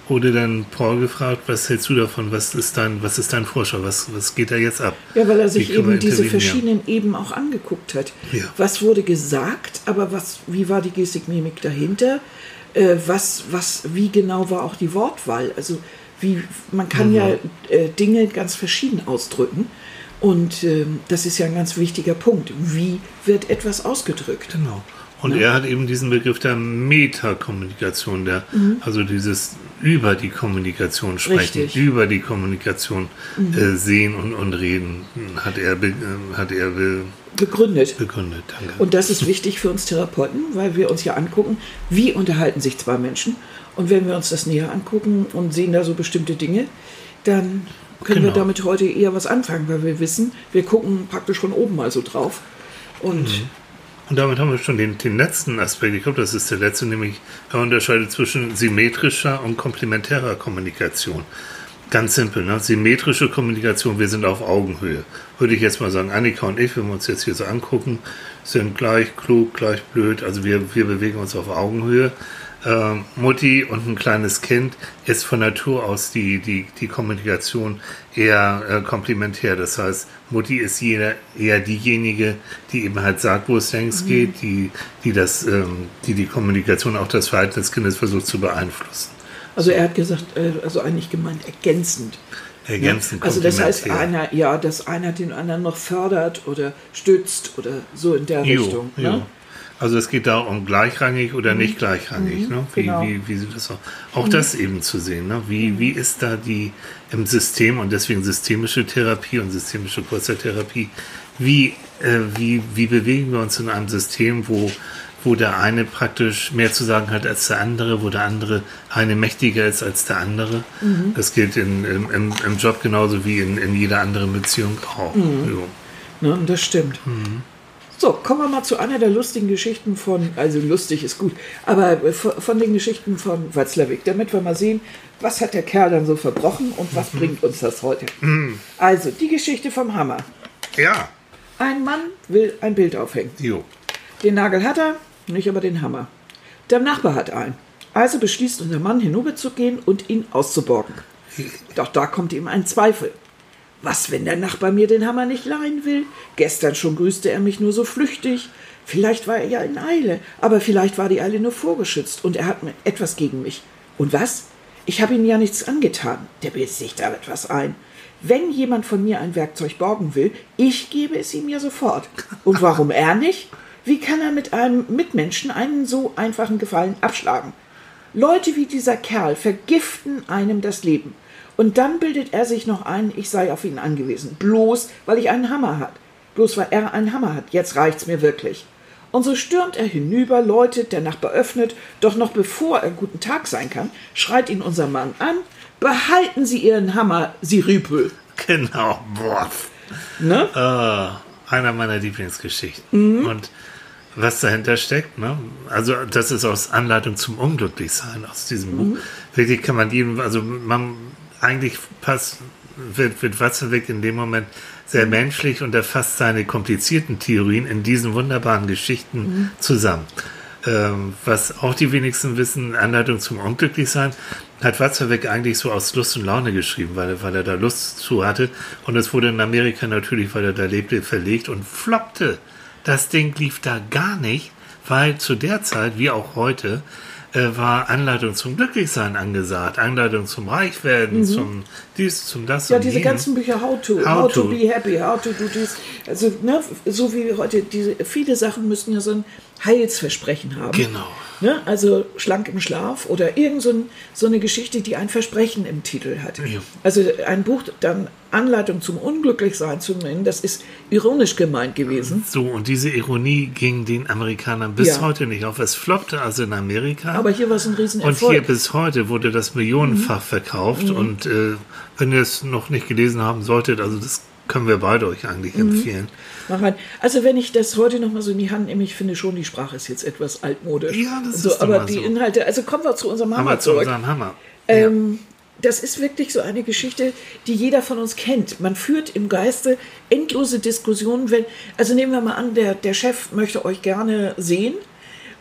wurde dann Paul gefragt, was hältst du davon, was ist dein, was ist dein Vorschlag, was, was geht da jetzt ab? Ja, weil er sich Wie können wir eben diese intervenieren? verschiedenen Eben auch angeguckt hat. Ja. Was wurde gesagt, aber was, wie war die Gestik, Mimik dahinter? Äh, was, was, wie genau war auch die Wortwahl? Also wie, man kann Mhm. ja äh, Dinge ganz verschieden ausdrücken. Und ähm, das ist ja ein ganz wichtiger Punkt. Wie wird etwas ausgedrückt? Genau. Und Ja. er hat eben diesen Begriff der Metakommunikation, der, also dieses über die Kommunikation sprechen, Richtig. über die Kommunikation äh, sehen und, und reden, hat er, be, äh, hat er be, Begründet. begründet. Danke. Und das ist wichtig für uns Therapeuten, weil wir uns ja angucken, wie unterhalten sich zwei Menschen. Und wenn wir uns das näher angucken und sehen da so bestimmte Dinge, dann können wir Genau. damit heute eher was anfangen, weil wir wissen, wir gucken praktisch von oben mal so drauf. Und Und damit haben wir schon den, den letzten Aspekt, ich glaube, das ist der letzte, nämlich er unterscheidet zwischen symmetrischer und komplementärer Kommunikation. Ganz simpel, ne? Symmetrische Kommunikation, wir sind auf Augenhöhe. Würde ich jetzt mal sagen, Annika und ich, wenn wir uns jetzt hier so angucken, sind gleich klug, gleich blöd, also wir, wir bewegen uns auf Augenhöhe. Ähm, Mutti und ein kleines Kind ist von Natur aus die, die, die Kommunikation eher äh, komplementär. Das heißt, Mutti ist jeder, eher diejenige, die eben halt sagt, wo es längst Mhm. geht, die, die, das, ähm, die die Kommunikation, auch das Verhalten des Kindes versucht zu beeinflussen. also er hat gesagt, äh, also eigentlich gemeint ergänzend. Ergänzend, Also das heißt, komplementär. einer, ja, dass einer den anderen noch fördert oder stützt oder so in der Jo, Richtung. jo. Ne? Also es geht da um gleichrangig oder nicht gleichrangig. Ne? Wie, genau. wie, wie sieht das aus? Auch das eben zu sehen. Ne? Wie, wie ist da die im System und deswegen systemische Therapie und systemische Kurzzeittherapie, wie, äh, wie, wie bewegen wir uns in einem System, wo, wo der eine praktisch mehr zu sagen hat als der andere, wo der andere eine mächtiger ist als der andere. Das gilt in, im, im, im Job genauso wie in, in jeder anderen Beziehung auch. Jo. Ne, und das stimmt. So, kommen wir mal zu einer der lustigen Geschichten von, also lustig ist gut, aber von, von den Geschichten von Watzlawick, damit wir mal sehen, was hat der Kerl dann so verbrochen und was bringt uns das heute. Also, die Geschichte vom Hammer. Ja, Ein Mann will ein Bild aufhängen. jo. Den Nagel hat er, nicht aber den Hammer. Der Nachbar hat einen. Also beschließt unser Mann, hinüberzugehen und ihn auszuborgen. Doch da kommt ihm ein Zweifel. Was, wenn der Nachbar mir den Hammer nicht leihen will? Gestern schon grüßte er mich nur so flüchtig. Vielleicht war er ja in Eile, aber vielleicht war die Eile nur vorgeschützt und er hat mir etwas gegen mich. Und was? Ich habe ihm ja nichts angetan. Der bildet sich da etwas ein. Wenn jemand von mir ein Werkzeug borgen will, ich gebe es ihm ja sofort. Und warum er nicht? Wie kann er mit einem Mitmenschen einen so einfachen Gefallen abschlagen? Leute wie dieser Kerl vergiften einem das Leben. Und dann bildet er sich noch ein, ich sei auf ihn angewiesen. Bloß, weil ich einen Hammer hat. Bloß, weil er einen Hammer hat. Jetzt reicht's mir wirklich. Und so stürmt er hinüber, läutet, der Nachbar öffnet. Doch noch bevor er guten Tag sein kann, schreit ihn unser Mann an. Behalten Sie Ihren Hammer, Sie Rüpel. Genau, boah. Ne? Äh, einer meiner Lieblingsgeschichten. Und was dahinter steckt, ne? Also das ist aus Anleitung zum Unglücklichsein aus diesem Buch. Wirklich kann man jedem, also man eigentlich passt, wird, wird Watzlawick in dem Moment sehr menschlich und er fasst seine komplizierten Theorien in diesen wunderbaren Geschichten mhm. zusammen. Ähm, was auch die wenigsten wissen, Anleitung zum Unglücklichsein, hat Watzlawick eigentlich so aus Lust und Laune geschrieben, weil, weil er da Lust zu hatte. Und es wurde in Amerika natürlich, weil er da lebte, verlegt und floppte. Das Ding lief da gar nicht, weil zu der Zeit, wie auch heute, äh, war Anleitung zum Glücklichsein angesagt, Anleitung zum Reichwerden, mhm. zum dies, zum das. Ja, und diese jenem. ganzen Bücher, how to, How how to to. be happy, how to do this. Also, ne, so wie heute, diese, viele Sachen müssen ja so ein Heilsversprechen haben. Genau. Ne? Also schlank im Schlaf oder irgend so, ein, so eine Geschichte, die ein Versprechen im Titel hat. Ja. Also ein Buch, dann Anleitung zum Unglücklichsein zu nennen, das ist ironisch gemeint gewesen. So, und diese Ironie ging den Amerikanern bis Ja. heute nicht auf. Es floppte also in Amerika. Aber hier war es ein Und Riesenerfolg. hier bis heute wurde das millionenfach verkauft. Und äh, wenn ihr es noch nicht gelesen haben solltet, also das können wir beide euch eigentlich empfehlen. Mach rein. Also wenn ich das heute noch mal so in die Hand nehme, ich finde schon, die Sprache ist jetzt etwas altmodisch. Ja, das so, ist aber immer die so. Inhalte, also kommen wir zu unserem Hammer Aber zu zurück. unserem Hammer. Ähm, das ist wirklich so eine Geschichte, die jeder von uns kennt. Man führt im Geiste endlose Diskussionen. Wenn, also nehmen wir mal an, der, der Chef möchte euch gerne sehen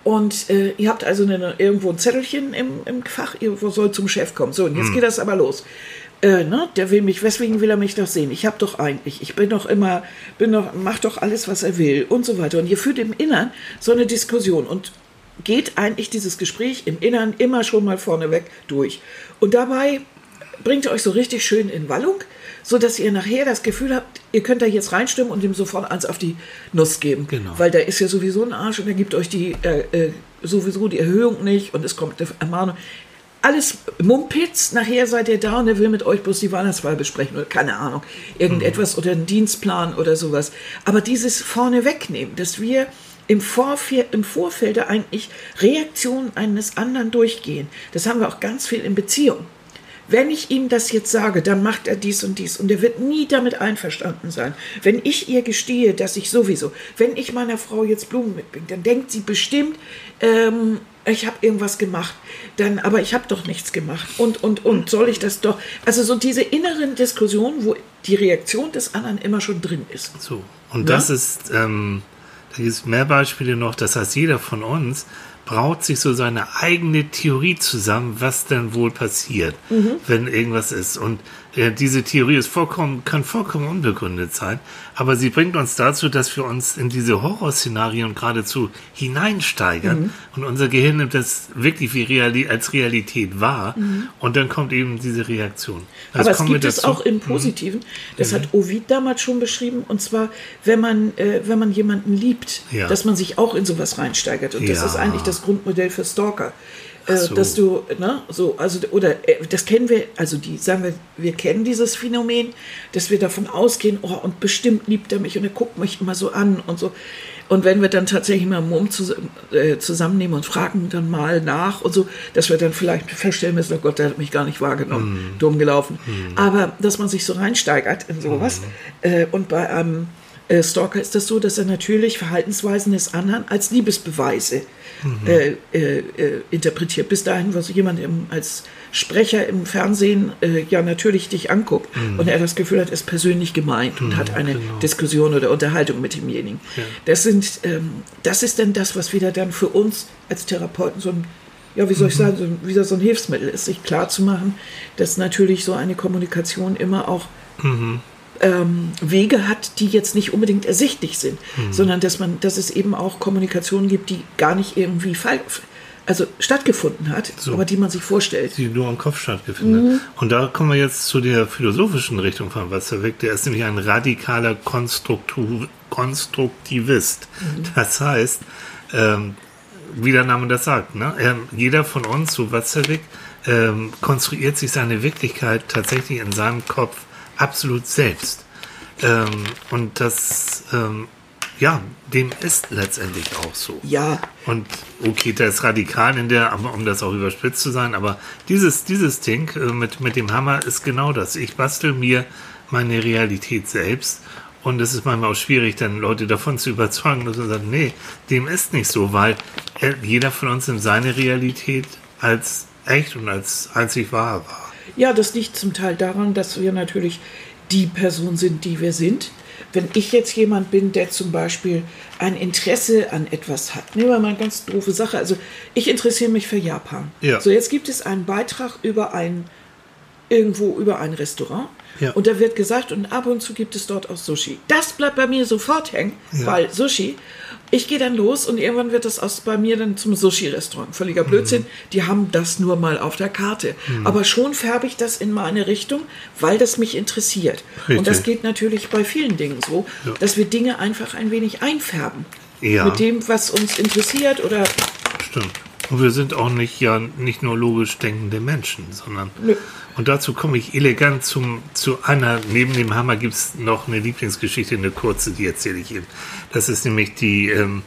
Und äh, ihr habt also eine, irgendwo ein Zettelchen im, im Fach, ihr soll zum Chef kommen. So, und jetzt hm. geht das aber los. Äh, ne, der will mich, weswegen will er mich doch sehen? Ich habe doch eigentlich, ich bin doch immer, bin doch, mach doch alles, was er will und so weiter. Und ihr führt im Innern so eine Diskussion und geht eigentlich dieses Gespräch im Innern immer schon mal vorneweg durch. Und dabei bringt ihr euch so richtig schön in Wallung, so dass ihr nachher das Gefühl habt, ihr könnt da jetzt reinstimmen und ihm sofort eins auf die Nuss geben. Genau. Weil der ist ja sowieso ein Arsch und er gibt euch die äh, äh, sowieso die Erhöhung nicht und es kommt eine Ermahnung. Alles Mumpitz, nachher seid ihr da und er will mit euch bloß die Weihnachtswahl besprechen oder keine Ahnung, irgendetwas mhm. oder einen Dienstplan oder sowas. Aber dieses vorne wegnehmen, dass wir im, Vorfeld, im Vorfeld eigentlich Reaktionen eines anderen durchgehen, das haben wir auch ganz viel in Beziehungen. Wenn ich ihm das jetzt sage, dann macht er dies und dies und er wird nie damit einverstanden sein. Wenn ich ihr gestehe, dass ich sowieso, wenn ich meiner Frau jetzt Blumen mitbringe, dann denkt sie bestimmt, ähm, ich habe irgendwas gemacht, dann, aber ich habe doch nichts gemacht und, und, und, soll ich das doch? Also so diese inneren Diskussionen, wo die Reaktion des anderen immer schon drin ist. So, und ja? das ist, ähm, da gibt es mehr Beispiele noch, das heißt, jeder von uns braut sich so seine eigene Theorie zusammen, was denn wohl passiert, mhm. wenn irgendwas ist. Und äh, diese Theorie ist vollkommen, kann vollkommen unbegründet sein, aber sie bringt uns dazu, dass wir uns in diese Horrorszenarien geradezu hineinsteigern mhm. und unser Gehirn nimmt das wirklich wie Reali- als Realität wahr mhm. und dann kommt eben diese Reaktion. Also aber es gibt es auch im Positiven. Das mhm. hat Ovid damals schon beschrieben, und zwar, wenn man, äh, wenn man jemanden liebt, ja. dass man sich auch in sowas reinsteigert. Und das ja. ist eigentlich das Grundmodell für Stalker. Äh, so. Dass du, ne, so, also, oder, äh, das kennen wir, also die, sagen wir, wir kennen dieses Phänomen, dass wir davon ausgehen, oh, und bestimmt liebt er mich und er guckt mich immer so an und so. Und wenn wir dann tatsächlich mal einen Mumm zu, äh, zusammennehmen und fragen dann mal nach und so, dass wir dann vielleicht feststellen müssen, oh Gott, der hat mich gar nicht wahrgenommen, mm. dumm gelaufen. Mm. Aber, dass man sich so reinsteigert in sowas. Mm. Äh, und bei einem äh, Stalker ist das so, dass er natürlich Verhaltensweisen des anderen als Liebesbeweise mhm. äh, äh, äh, interpretiert. Bis dahin, was jemand im, als Sprecher im Fernsehen äh, ja natürlich dich anguckt mhm. und er das Gefühl hat, ist persönlich gemeint und mhm, hat eine genau. Diskussion oder Unterhaltung mit demjenigen. Ja. Das sind, ähm, das ist dann das, was wieder dann für uns als Therapeuten so ein, ja, wie soll ich mhm. sagen, so, wieder so ein Hilfsmittel ist, sich klarzumachen, dass natürlich so eine Kommunikation immer auch mhm. ähm, Wege hat, die jetzt nicht unbedingt ersichtlich sind, mhm. sondern dass man, dass es eben auch Kommunikation gibt, die gar nicht irgendwie falsch, also stattgefunden hat, so, aber die man sich vorstellt. Die nur im Kopf stattgefunden mhm. hat. Und da kommen wir jetzt zu der philosophischen Richtung von Watzlawick. Der ist nämlich ein radikaler Konstruktu- Konstruktivist. Mhm. Das heißt, ähm, wie der Name das sagt, ne? ähm, jeder von uns, so Watzlawick, ähm, konstruiert sich seine Wirklichkeit tatsächlich in seinem Kopf absolut selbst. Ähm, und das... Ähm, Ja, dem ist letztendlich auch so. Ja. Und okay, der ist radikal in der, um das auch überspitzt zu sein, aber dieses, dieses Ding äh, mit, mit dem Hammer ist genau das. Ich bastel mir meine Realität selbst und es ist manchmal auch schwierig, dann Leute davon zu überzeugen, dass man sagt, nee, dem ist nicht so, weil er, jeder von uns nimmt seine Realität als echt und als einzig wahr wahr. Ja, das liegt zum Teil daran, dass wir natürlich die Person sind, die wir sind. Wenn ich jetzt jemand bin, der zum Beispiel ein Interesse an etwas hat, nehmen wir mal eine ganz doofe Sache, also ich interessiere mich für Japan. Ja. So, jetzt gibt es einen Beitrag über ein, irgendwo über ein Restaurant ja. und da wird gesagt, und ab und zu gibt es dort auch Sushi. Das bleibt bei mir sofort hängen, ja. weil Sushi, ich gehe dann los und irgendwann wird das aus, bei mir dann zum Sushi-Restaurant. Völliger Blödsinn, mhm. die haben das nur mal auf der Karte. Mhm. Aber schon färbe ich das in meine Richtung, weil das mich interessiert. Richtig. Und das geht natürlich bei vielen Dingen so, ja. dass wir Dinge einfach ein wenig einfärben. Ja. Mit dem, was uns interessiert oder... Stimmt. Und wir sind auch nicht, ja, nicht nur logisch denkende Menschen, sondern... Nö. Und dazu komme ich elegant zum, zu einer, neben dem Hammer gibt es noch eine Lieblingsgeschichte, eine kurze, die erzähle ich Ihnen. Das ist nämlich die, ähm,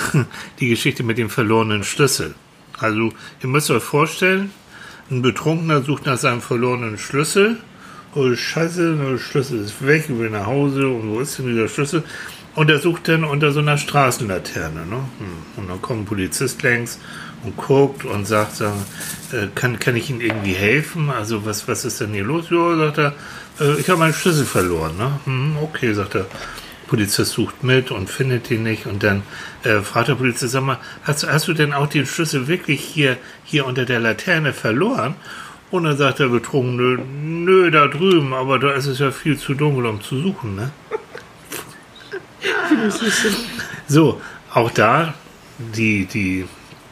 die Geschichte mit dem verlorenen Schlüssel. Also, ihr müsst euch vorstellen, ein Betrunkener sucht nach seinem verlorenen Schlüssel. Oh, Scheiße, der Schlüssel ist weg, ich will nach Hause, und wo ist denn dieser Schlüssel? Und er sucht dann unter so einer Straßenlaterne, ne? Und dann kommt ein Polizist längs und guckt und sagt, äh, kann, kann ich Ihnen irgendwie helfen? Also was, was ist denn hier los? Ja, sagt er, äh, ich habe meinen Schlüssel verloren. Ne? Hm, okay, sagt der Polizist sucht mit und findet ihn nicht und dann äh, fragt der Polizist, sag mal, hast, hast du denn auch den Schlüssel wirklich hier, hier unter der Laterne verloren? Und dann sagt der Betrunkene, nö, da drüben, aber da ist es ja viel zu dunkel, um zu suchen, ne? So, auch da, die, die,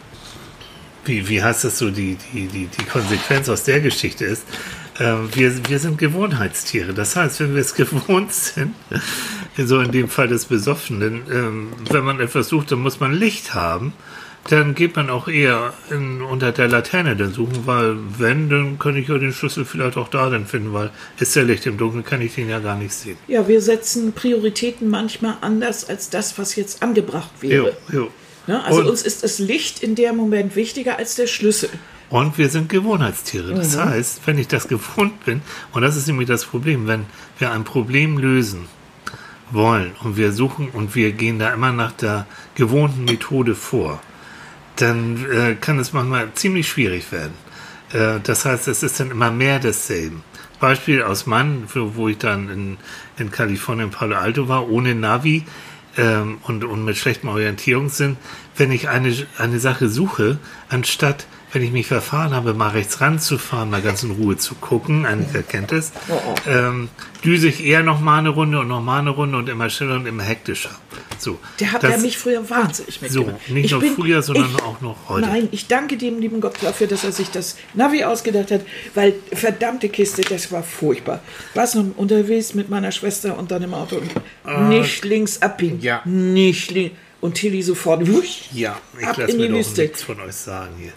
wie, wie heißt das so, die, die, die, die Konsequenz aus der Geschichte ist, äh, wir, wir sind Gewohnheitstiere. Das heißt, wenn wir es gewohnt sind, so in dem Fall des Besoffenen, äh, wenn man etwas sucht, dann muss man Licht haben, dann geht man auch eher in, unter der Laterne dann suchen, weil wenn, dann kann ich ja den Schlüssel vielleicht auch da dann finden, weil ist der Licht im Dunkeln, kann ich den ja gar nicht sehen. Ja, wir setzen Prioritäten manchmal anders als das, was jetzt angebracht wäre. Jo, jo. Ne? Also und, uns ist das Licht in dem Moment wichtiger als der Schlüssel. Und wir sind Gewohnheitstiere. Das Mhm. heißt, wenn ich das gewohnt bin, und das ist nämlich das Problem, wenn wir ein Problem lösen wollen und wir suchen und wir gehen da immer nach der gewohnten Methode vor, dann äh, kann es manchmal ziemlich schwierig werden. Äh, das heißt, es ist dann immer mehr desselben. Beispiel aus Mann, wo, wo ich dann in, in Kalifornien, Palo Alto war, ohne Navi ähm, und, und mit schlechtem Orientierungssinn. Wenn ich eine, eine Sache suche, anstatt, wenn ich mich verfahren habe, mal rechts ranzufahren, mal ganz in Ruhe zu gucken, Annika kennt es, ähm, düse ich eher noch mal eine Runde und noch mal eine Runde und immer schneller und immer hektischer. So, Der hat das- ja mich früher wahnsinnig mitgemacht. So, nicht Ich nur bin- früher, sondern ich, auch noch heute. Nein, ich danke dem lieben Gott dafür, dass er sich das Navi ausgedacht hat, weil verdammte Kiste, das war furchtbar. War es noch unterwegs mit meiner Schwester und dann im Auto und nicht links abbiegen, ja. nicht links. Und Tilly sofort wusch, Ja, ich ab lasse in mir die doch Wüste. nichts von euch sagen hier.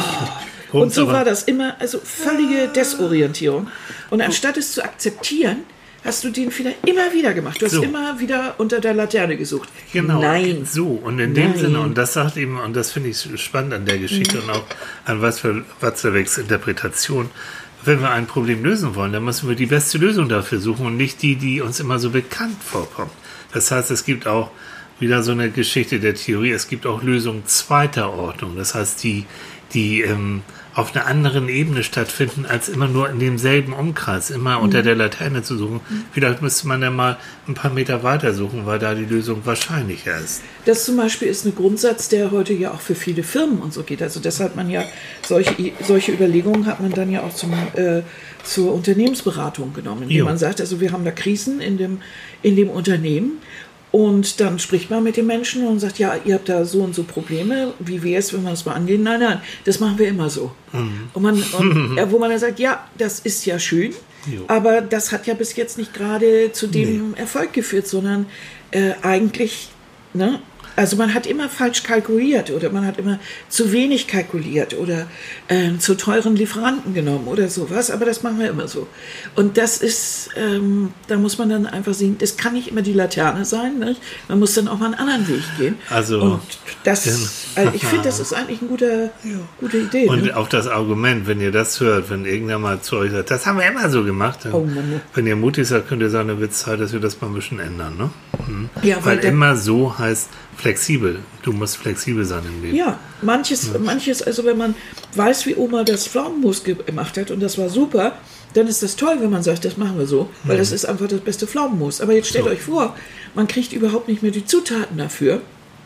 Und so war das immer, also völlige Desorientierung. Und anstatt es zu akzeptieren, hast du den Fehler immer wieder gemacht. Du hast So. immer wieder unter der Laterne gesucht. Genau. Nein. So, und in dem Nein. Sinne, und das sagt eben, und das finde ich spannend an der Geschichte und auch an was für Watzlawicks Interpretation, wenn wir ein Problem lösen wollen, dann müssen wir die beste Lösung dafür suchen und nicht die, die uns immer so bekannt vorkommt. Das heißt, es gibt auch wieder so eine Geschichte der Theorie, es gibt auch Lösungen zweiter Ordnung. Das heißt, die, die ähm, auf einer anderen Ebene stattfinden, als immer nur in demselben Umkreis, immer unter der Laterne zu suchen. Vielleicht müsste man dann mal ein paar Meter weiter suchen, weil da die Lösung wahrscheinlicher ist. Das zum Beispiel ist ein Grundsatz, der heute ja auch für viele Firmen und so geht. Also deshalb man ja solche, solche Überlegungen hat man dann ja auch zum, äh, zur Unternehmensberatung genommen, indem Jo. man sagt, also wir haben da Krisen in dem, in dem Unternehmen. Und dann spricht man mit den Menschen und sagt, ja, ihr habt da so und so Probleme, wie wäre es, wenn wir das mal angehen? Nein, nein, das machen wir immer so. Mhm. Und man, und, äh, wo man dann sagt, ja, das ist ja schön, Jo. aber das hat ja bis jetzt nicht gerade zu dem Erfolg geführt, sondern äh, eigentlich, ne? Also man hat immer falsch kalkuliert oder man hat immer zu wenig kalkuliert oder äh, zu teuren Lieferanten genommen oder sowas, aber das machen wir immer so. Und das ist, ähm, da muss man dann einfach sehen, das kann nicht immer die Laterne sein, nicht? Man muss dann auch mal einen anderen Weg gehen. Also, und das, gen- also ich finde, das ist eigentlich eine gute, gute Idee. Und Ne? auch das Argument, wenn ihr das hört, wenn irgendwer mal zu euch sagt, das haben wir immer so gemacht, dann, Oh Mann. wenn ihr mutig seid, könnt ihr sagen, dann wird es Zeit, dass wir das mal ein bisschen ändern. Ne? Mhm. Ja, weil weil der- immer so heißt flexibel. Du musst flexibel sein im Leben. Ja, manches, manches, also wenn man weiß, wie Oma das Pflaumenmus gemacht hat und das war super, dann ist das toll, wenn man sagt, das machen wir so, weil das ist einfach das beste Pflaumenmus. Aber jetzt stellt So. euch vor, man kriegt überhaupt nicht mehr die Zutaten dafür,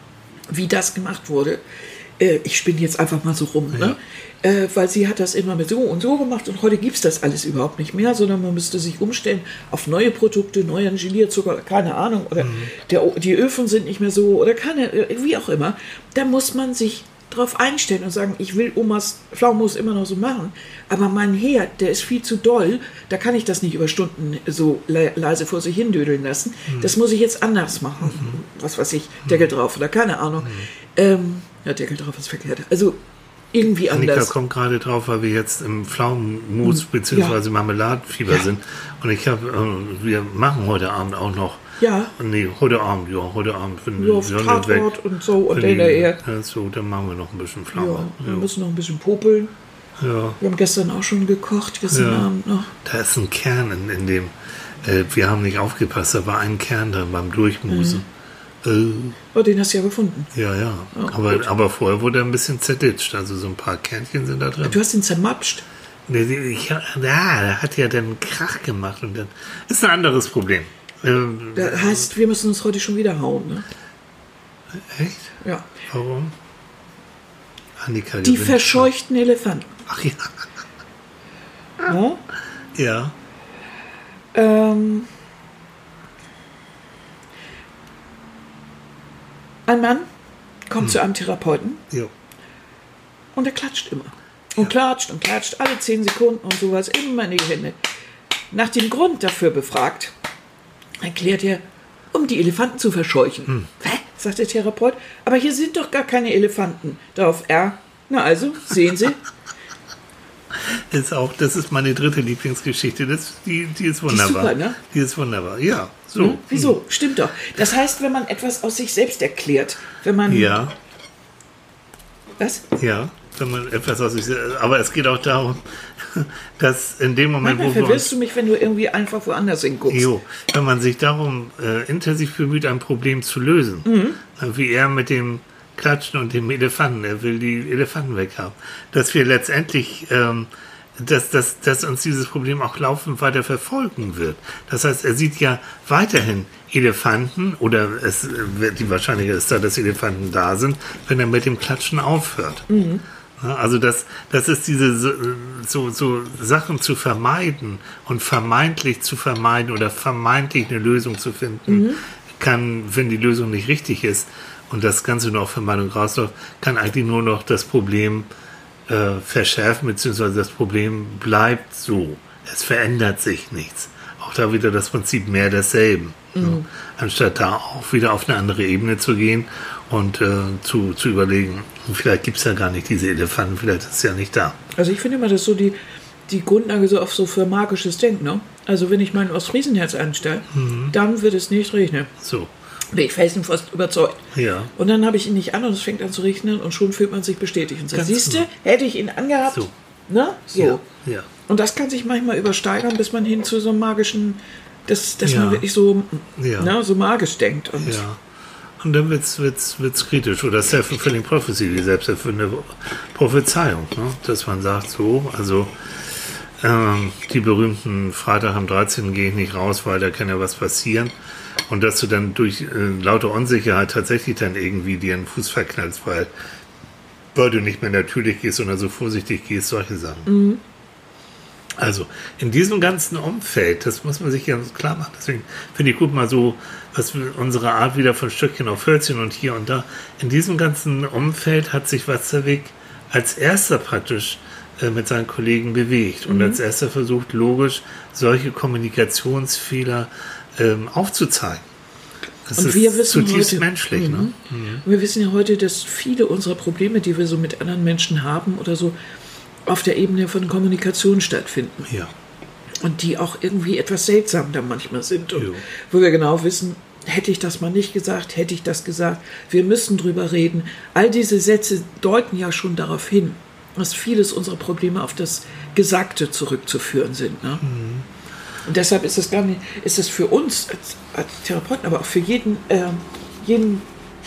wie das gemacht wurde. Äh, ich spinne jetzt einfach mal so rum, ne? Äh, weil sie hat das immer mit so und so gemacht und heute gibt es das alles überhaupt nicht mehr, sondern man müsste sich umstellen auf neue Produkte, neuen Gelierzucker, keine Ahnung, oder der, die Öfen sind nicht mehr so oder keine, äh, wie auch immer. Da muss man sich drauf einstellen und sagen, ich will Omas Pflaumenmus immer noch so machen, aber mein Herd, der ist viel zu doll, da kann ich das nicht über Stunden so le leise vor sich hindödeln lassen. Das muss ich jetzt anders machen. Was weiß ich, Deckel drauf oder keine Ahnung. Ähm, ja, Deckel drauf ist verkehrt. Also irgendwie Annika anders. kommt gerade drauf, weil wir jetzt im Pflaumenmus bzw. Marmeladenfieber Ja. sind. Und ich habe, äh, wir machen heute Abend auch noch. Ja. Nee, heute Abend, ja, heute Abend. Wenn Ja, auf die Sonne Tatort und so und wenn die- hinterher. Ja, so, dann machen wir noch ein bisschen Ja, Pflaume. wir müssen noch ein bisschen popeln. Ja. Wir haben gestern auch schon gekocht, gestern Ja. Abend noch. Da ist ein Kern in, in dem, äh, wir haben nicht aufgepasst, da war ein Kern drin beim Durchmusen. Oh, den hast du ja gefunden. Äh, ja, ja. Oh, aber, gut. aber vorher wurde er ein bisschen zerditscht, also so ein paar Kernchen sind da drin. Du hast ihn zermatscht. Nee, nee, ich, ja, der hat ja dann Krach gemacht und dann ist ein anderes Problem. Ähm, Das heißt, wir müssen uns heute schon wieder hauen, ne? Echt? Ja. Warum? Annika, Die gewinnt. verscheuchten Elefanten. Ach ja. Ja? Ja. Ähm, ein Mann kommt Hm. zu einem Therapeuten Jo. und er klatscht immer. Und klatscht und klatscht, alle zehn Sekunden und sowas, immer in die Hände. Nach dem Grund dafür befragt, erklärt er, um die Elefanten zu verscheuchen. Hm. Hä? Sagt der Therapeut. Aber hier sind doch gar keine Elefanten. Darauf er, na also, sehen Sie. Ist auch, das ist meine dritte Lieblingsgeschichte. Das, die, die ist wunderbar. super, ne? Die ist wunderbar, ja. So. Hm? Wieso? Stimmt doch. Das heißt, wenn man etwas aus sich selbst erklärt, wenn man... Ja, Was? ja. Wenn man etwas aus sich, aber es geht auch darum, dass in dem Moment, Manchmal wo wir verwirrst uns, du mich, wenn du irgendwie einfach woanders hinguckst. jo, wenn man sich darum äh, intensiv bemüht, ein Problem zu lösen, Mhm. wie er mit dem Klatschen und dem Elefanten, er will die Elefanten weghaben, dass wir letztendlich, ähm, dass, dass, dass uns dieses Problem auch laufend weiter verfolgen wird. Das heißt, er sieht ja weiterhin Elefanten, oder es, die Wahrscheinlichkeit ist da, dass Elefanten da sind, wenn er mit dem Klatschen aufhört. Mhm. Ja, also das, das ist diese so, so, so Sachen zu vermeiden und vermeintlich zu vermeiden oder vermeintlich eine Lösung zu finden, Mhm. kann, wenn die Lösung nicht richtig ist und das Ganze nur auf Vermeidung rausläuft, kann eigentlich nur noch das Problem äh, verschärfen, beziehungsweise das Problem bleibt so. Es verändert sich nichts. Auch da wieder das Prinzip mehr desselben. Mhm. Ja. Anstatt da auch wieder auf eine andere Ebene zu gehen und äh, zu, zu überlegen, vielleicht gibt es ja gar nicht diese Elefanten, vielleicht ist es ja nicht da. Also ich finde immer, das ist so die, die Grundlage so auf so für magisches Denken. Ne? Also wenn ich mein Ostfriesenherz anstelle, Mhm. dann wird es nicht regnen. So, Bin ich felsenfest überzeugt. ja. Und dann habe ich ihn nicht an und es fängt an zu regnen und schon fühlt man sich bestätigt. Und sagt, Ganz siehst du, genau. hätte ich ihn angehabt. So. Ne? So. Ja, ja. Und das kann sich manchmal übersteigern, bis man hin zu so einem magischen, dass, dass Ja. man wirklich so, Ja. ne, so magisch denkt. Und Ja. Und dann wird es wird's, wird's kritisch. Oder Self-Fulfilling Prophecy, die selbsterfüllende Prophezeiung. Ne? Dass man sagt, so, also ähm, die berühmten Freitag am dreizehnten gehe ich nicht raus, weil da kann ja was passieren. Und dass du dann durch äh, lauter Unsicherheit tatsächlich dann irgendwie dir einen Fuß verknallst, weil, weil du nicht mehr natürlich gehst, sondern so vorsichtig gehst, solche Sachen. Mhm. Also in diesem ganzen Umfeld, das muss man sich ja klar machen. Deswegen finde ich gut mal so, was wir, unsere Art wieder von Stöckchen auf Hölzchen und hier und da. In diesem ganzen Umfeld hat sich Watzlawick als erster praktisch äh, mit seinen Kollegen bewegt und Mhm. als erster versucht, logisch solche Kommunikationsfehler ähm, aufzuzeigen. Das Und ist wir wissen zutiefst heute- menschlich. Mhm. Ne? Und wir wissen ja heute, dass viele unserer Probleme, die wir so mit anderen Menschen haben oder so, auf der Ebene von Kommunikation stattfinden. Ja. Und die auch irgendwie etwas seltsam da manchmal sind. Und Jo. wo wir genau wissen, hätte ich das mal nicht gesagt, hätte ich das gesagt, wir müssen drüber reden. All diese Sätze deuten ja schon darauf hin, dass vieles unserer Probleme auf das Gesagte zurückzuführen sind. Ne? Mhm. Und deshalb ist es gar nicht, ist es für uns als, als Therapeuten, aber auch für jeden, äh, jeden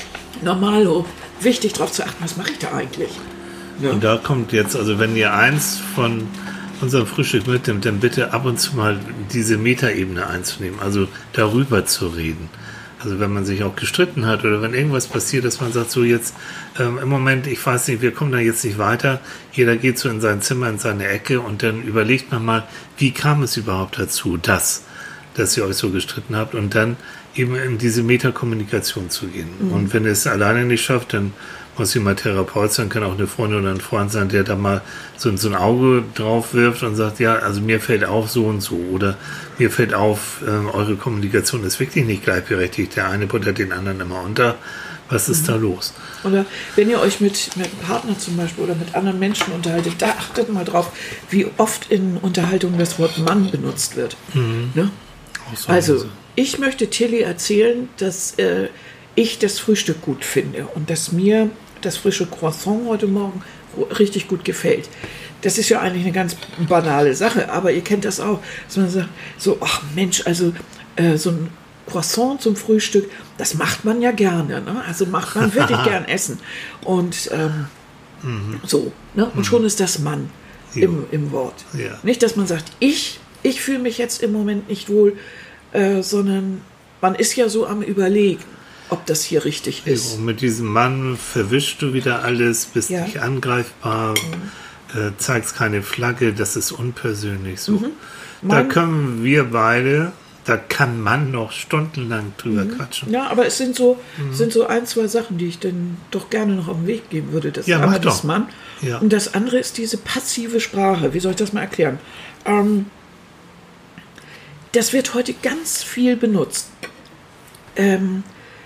Normalo wichtig, darauf zu achten, was mache ich da eigentlich? Ja. Und da kommt jetzt, also wenn ihr eins von unserem Frühstück mitnimmt, dann bitte ab und zu mal diese Metaebene einzunehmen, also darüber zu reden. Also wenn man sich auch gestritten hat oder wenn irgendwas passiert, dass man sagt, so jetzt ähm, im Moment, ich weiß nicht, wir kommen da jetzt nicht weiter, jeder geht so in sein Zimmer, in seine Ecke und dann überlegt man mal, wie kam es überhaupt dazu, dass, dass ihr euch so gestritten habt und dann eben in diese Metakommunikation zu gehen. Mhm. Und wenn ihr es alleine nicht schafft, dann muss jemand Therapeut sein, kann auch eine Freundin oder ein Freund sein, der da mal so, so ein Auge drauf wirft und sagt, ja, also mir fällt auf so und so oder mir fällt auf, äh, eure Kommunikation ist wirklich nicht gleichberechtigt, der eine buttert den anderen immer unter, was ist mhm. da los? Oder wenn ihr euch mit, mit einem Partner zum Beispiel oder mit anderen Menschen unterhaltet, da achtet mal drauf, wie oft in Unterhaltungen das Wort Mann benutzt wird. Mhm. Ne? So also, so. ich möchte Tilly erzählen, dass äh, ich das Frühstück gut finde und dass mir das frische Croissant heute Morgen richtig gut gefällt. Das ist ja eigentlich eine ganz banale Sache, aber ihr kennt das auch, dass man sagt, so, ach Mensch, also äh, so ein Croissant zum Frühstück, das macht man ja gerne, ne? Also macht man wirklich gern essen. Und ähm, mhm. so, ne? Und mhm. schon ist das Mann im, im Wort. Ja. Nicht, dass man sagt, ich, ich fühle mich jetzt im Moment nicht wohl, äh, sondern man ist ja so am Überlegen, ob das hier richtig ist. Und mit diesem Mann verwischst du wieder alles, bist Ja. nicht angreifbar, mhm. äh, zeigst keine Flagge, das ist unpersönlich so. Mhm. Da Mein- können wir beide, da kann man noch stundenlang drüber Mhm. quatschen. Ja, aber es sind so, sind so ein, zwei Sachen, die ich dann doch gerne noch auf den Weg geben würde. Das Ja, einmal mach doch. das Mann Ja. und das andere ist diese passive Sprache. Wie soll ich das mal erklären? Ähm, das wird heute ganz viel benutzt. Ähm,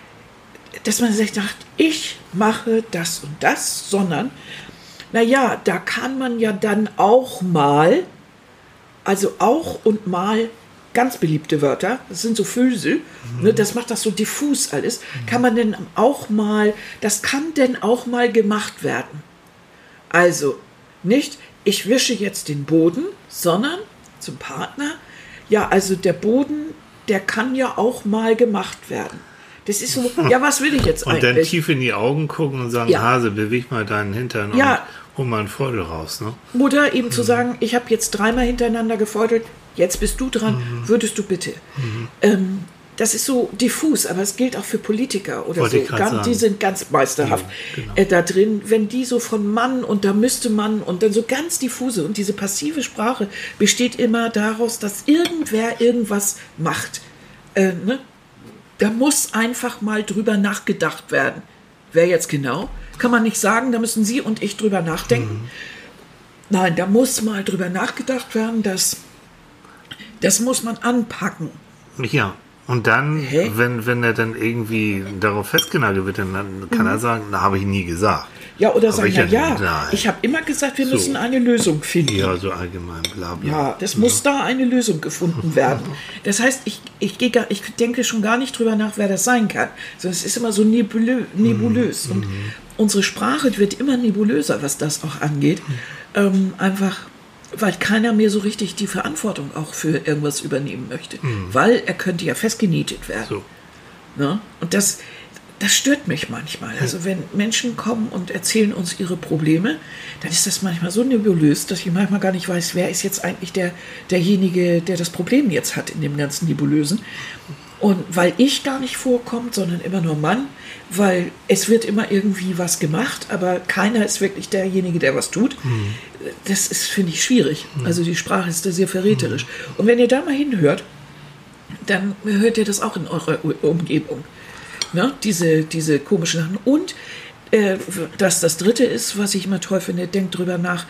dass man sich sagt, ich mache das und das, sondern, naja, da kann man ja dann auch mal, also auch und mal, ganz beliebte Wörter, das sind so Füllsel, mhm. ne, das macht das so diffus alles, mhm. kann man denn auch mal, das kann denn auch mal gemacht werden. Also, nicht, ich wische jetzt den Boden, sondern zum Partner, ja, also der Boden, der kann ja auch mal gemacht werden. Das ist so, ja, was will ich jetzt Und eigentlich? dann tief in die Augen gucken und sagen, Ja. Hase, beweg mal deinen Hintern Ja. und hol mal einen Vordel raus. Ne? Oder eben zu sagen, ich habe jetzt dreimal hintereinander gefeudelt, jetzt bist du dran, würdest du bitte. Ähm, das ist so diffus, aber es gilt auch für Politiker oder Wollte so. ich grad Ganz, sagen. die sind ganz meisterhaft Ja, genau. äh, da drin. Wenn die so von Mann und da müsste man und dann so ganz diffuse und diese passive Sprache besteht immer daraus, dass irgendwer irgendwas macht. Äh, ne? Da muss einfach mal drüber nachgedacht werden. Wer jetzt genau? Kann man nicht sagen, da müssen Sie und ich drüber nachdenken. Mhm. Nein, da muss mal drüber nachgedacht werden, dass das muss man anpacken. Ja. Und dann, Hä? wenn, wenn er dann irgendwie darauf festgenagelt wird, dann kann Mhm. er sagen, na, habe ich nie gesagt. Ja, oder Aber sagen, ich ja, ja ja, nicht, nein. ich habe immer gesagt, wir So. müssen eine Lösung finden. Ja, so allgemein, bla bla. Ja, das muss da eine Lösung gefunden werden. Das heißt, ich, ich, gehe gar, ich denke schon gar nicht drüber nach, wer das sein kann. Sondern es ist immer so nebulö, nebulös. Und unsere Sprache wird immer nebulöser, was das auch angeht. Ähm, einfach, weil keiner mehr so richtig die Verantwortung auch für irgendwas übernehmen möchte. Weil er könnte ja festgenietet werden. So. Ne? Und das, das stört mich manchmal. Also wenn Menschen kommen und erzählen uns ihre Probleme, dann ist das manchmal so nebulös, dass ich manchmal gar nicht weiß, wer ist jetzt eigentlich der, derjenige, der das Problem jetzt hat in dem ganzen Nebulösen. Und weil ich gar nicht vorkommt, sondern immer nur Mann, weil es wird immer irgendwie was gemacht, aber keiner ist wirklich derjenige, der was tut. Mhm. Das ist, finde ich, schwierig. Also die Sprache ist da sehr verräterisch. Und wenn ihr da mal hinhört, dann hört ihr das auch in eurer U- Umgebung. Ne? Diese, diese komischen Sachen. Und äh, das das Dritte ist, was ich immer toll finde, denkt drüber nach,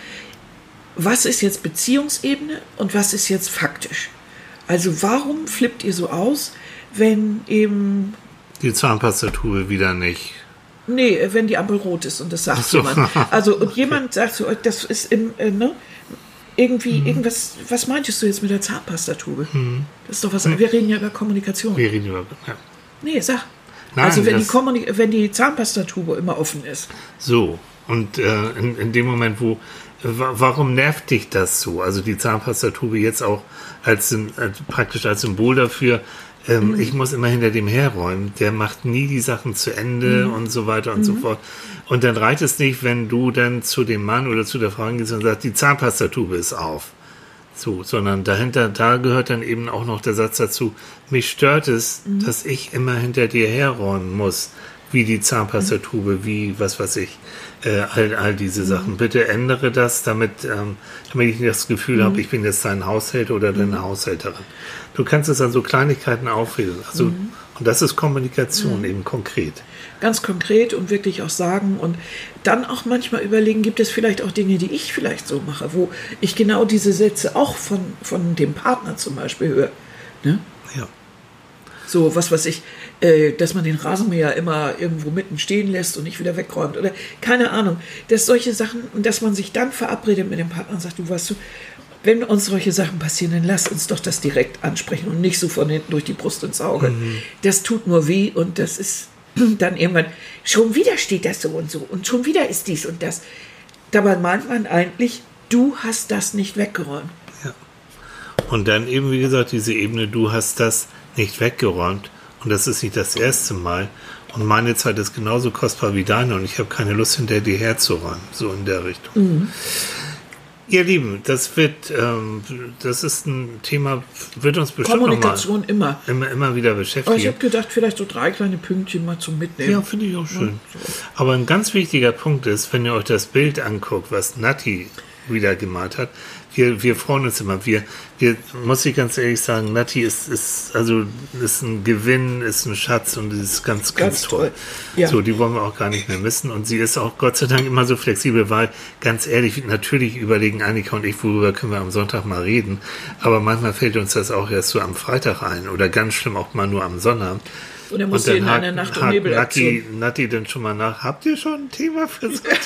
was ist jetzt Beziehungsebene und was ist jetzt faktisch? Also warum flippt ihr so aus, wenn eben, Die Zahnpastatube wieder nicht. nee, wenn die Ampel rot ist und das sagt Ach so. jemand. Also und jemand sagt so, das ist im, äh, ne? Irgendwie, Mhm. irgendwas, was meintest du jetzt mit der Zahnpastatube? Das ist doch was, wir reden ja über Kommunikation. Wir reden über. Ja. Nee, sag. Nein, also wenn die, das- Kommunik wenn die Zahnpastatube immer offen ist. So. Und äh, in, in dem Moment, wo. wa- Warum nervt dich das so? Also die Zahnpastatube jetzt auch als, Sym- als praktisch als Symbol dafür. Ähm, Mhm. Ich muss immer hinter dem herräumen. Der macht nie die Sachen zu Ende Mhm. und so weiter und so fort. Und dann reicht es nicht, wenn du dann zu dem Mann oder zu der Frau gehst und sagst, die Zahnpastatube ist auf. So, sondern dahinter, da gehört dann eben auch noch der Satz dazu, mich stört es, dass ich immer hinter dir herräumen muss, wie die Zahnpastatube, wie was weiß ich, äh, all, all diese Sachen. Bitte ändere das, damit, ähm, damit ich nicht das Gefühl habe, ich bin jetzt dein Haushälter oder deine Haushälterin. Du kannst es an so Kleinigkeiten aufregeln. Also, und das ist Kommunikation eben konkret. Ganz konkret und wirklich auch sagen und dann auch manchmal überlegen, gibt es vielleicht auch Dinge, die ich vielleicht so mache, wo ich genau diese Sätze auch von, von dem Partner zum Beispiel höre. Ne? Ja. So, was weiß ich, äh, dass man den Rasenmäher immer irgendwo mitten stehen lässt und nicht wieder wegräumt oder keine Ahnung. Dass solche Sachen und dass man sich dann verabredet mit dem Partner und sagt, du weißt du, wenn uns solche Sachen passieren, dann lass uns doch das direkt ansprechen und nicht so von hinten durch die Brust ins Auge. Das tut nur weh und das ist dann irgendwann, schon wieder steht das so und so und schon wieder ist dies und das. Dabei meint man eigentlich, du hast das nicht weggeräumt. Ja. Und dann eben, wie gesagt, diese Ebene, du hast das nicht weggeräumt und das ist nicht das erste Mal und meine Zeit ist genauso kostbar wie deine und ich habe keine Lust, hinter dir herzuräumen, so in der Richtung. Ihr Lieben, das wird, ähm, das ist ein Thema, wird uns bestimmt Kommunikation noch mal immer. immer, immer wieder Aber ich beschäftigen. habe gedacht, vielleicht so drei kleine Pünktchen mal zum Mitnehmen. Ja, finde ich auch schön. Aber ein ganz wichtiger Punkt ist, wenn ihr euch das Bild anguckt, was Natti wieder gemalt hat, wir, wir freuen uns immer. Wir, wir, muss ich ganz ehrlich sagen, Natti ist, ist, also, ist ein Gewinn, ist ein Schatz und ist ganz, ganz, Ganz toll. toll. Ja. So, die wollen wir auch gar nicht mehr missen. Und sie ist auch Gott sei Dank immer so flexibel, weil, ganz ehrlich, natürlich überlegen Annika und ich, worüber können wir am Sonntag mal reden. Aber manchmal fällt uns das auch erst so am Freitag ein oder ganz schlimm auch mal nur am Sonnabend. Und dann muss sie in einer Nacht- und Nebelaktion. Natti, Natti dann schon mal nach, habt ihr schon ein Thema für Sonntag?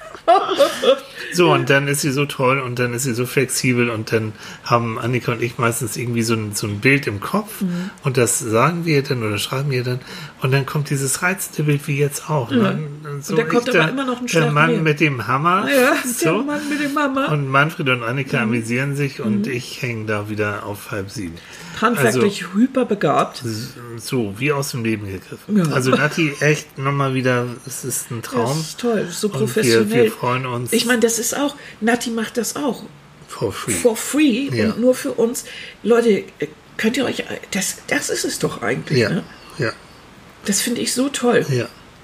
So, und dann ist sie so toll und dann ist sie so flexibel und dann haben Annika und ich meistens irgendwie so ein, so ein Bild im Kopf mhm. und das sagen wir dann oder schreiben wir dann und dann kommt dieses reizende Bild wie jetzt auch. Ja. Ne? So, und da kommt aber immer noch ein Schlag Der Mann mehr. mit dem Hammer. Ja, so. der Mann mit dem Hammer. Und Manfred und Annika Mhm. amüsieren sich und mhm. ich hänge da wieder auf halb sieben. Handwerklich also, hyperbegabt. So, wie aus dem Leben gegriffen. Ja. Also Natti, echt nochmal wieder, es ist ein Traum. Das ist toll, so und professionell. Wir, wir freuen uns. Ich meine, das ist auch, Natti macht das auch. For free. For free Ja. und nur für uns. Leute, könnt ihr euch, das, das ist es doch eigentlich. Ja, Ne? ja. Das finde ich so toll. Ja.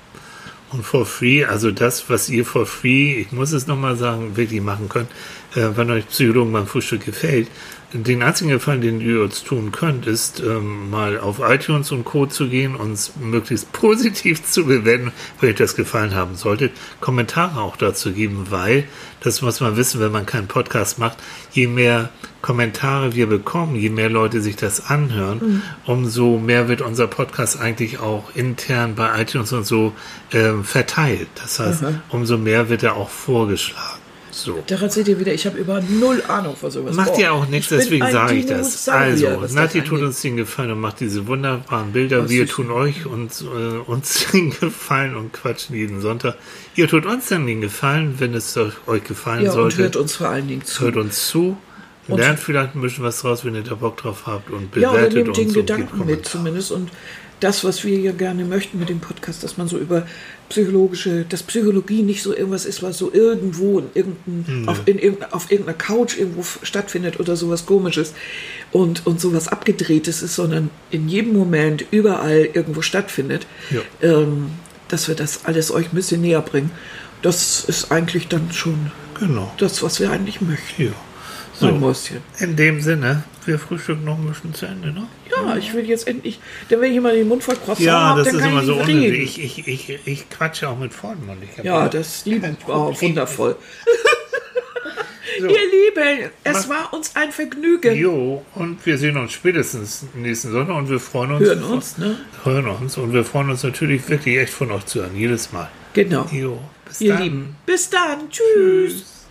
Und for free, also das, was ihr for free, ich muss es nochmal sagen, wirklich machen könnt, äh, wenn euch Psychologen beim Frühstück gefällt, den einzigen Gefallen, den ihr uns tun könnt, ist ähm, mal auf iTunes und Co. zu gehen, uns möglichst positiv zu bewerten, wenn euch das gefallen haben solltet, Kommentare auch dazu geben, weil, das muss man wissen, wenn man keinen Podcast macht, je mehr Kommentare wir bekommen, je mehr Leute sich das anhören, mhm. umso mehr wird unser Podcast eigentlich auch intern bei iTunes und so ähm, verteilt. Das heißt, mhm. umso mehr wird er auch vorgeschlagen. So. Daran seht ihr wieder, ich habe über null Ahnung von sowas. Macht ja auch nichts, deswegen sage ich das. Also, Natti tut angeht. uns den Gefallen und macht diese wunderbaren Bilder. Was Wir ist tun euch und äh, uns den Gefallen und quatschen jeden Sonntag. Ihr tut uns dann den Gefallen, wenn es euch gefallen ja, sollte. Und hört uns vor allen Dingen zu. Hört uns zu. Und lernt vielleicht ein bisschen was draus, wenn ihr da Bock drauf habt und ja, bewertet oder nehmt uns. den und Gedanken mit zumindest und das, was wir ja gerne möchten mit dem Podcast, dass man so über psychologische, dass Psychologie nicht so irgendwas ist, was so irgendwo in irgendein, Mhm. auf, in, irgendeiner- auf irgendeiner Couch irgendwo f- stattfindet oder sowas Komisches und, und sowas Abgedrehtes ist, sondern in jedem Moment überall irgendwo stattfindet, Ja. ähm, dass wir das alles euch ein bisschen näher bringen. Das ist eigentlich dann schon Genau. das, was wir eigentlich möchten. Ja. So. So, Mein Mäuschen. in dem Sinne, wir frühstücken noch ein bisschen zu Ende, ne? Ja, ich will jetzt endlich, denn wenn ich mal den Mund voll Croissant Ja, habe, das dann ist kann immer ich so nicht unnötig. reden. Ich, ich, ich, ich quatsche auch mit Vollmund. Ich hab Ja, ja das lieben wir. Oh, wundervoll. So. Ihr Lieben, es Mach- war uns ein Vergnügen. Jo, und wir sehen uns spätestens nächsten Sonntag und wir freuen uns. Hören uns, ne? Hören uns und wir freuen uns natürlich wirklich echt von euch zu hören, jedes Mal. Genau. Jo, bis Ihr dann. Lieben, bis dann. Tschüss. Tschüss.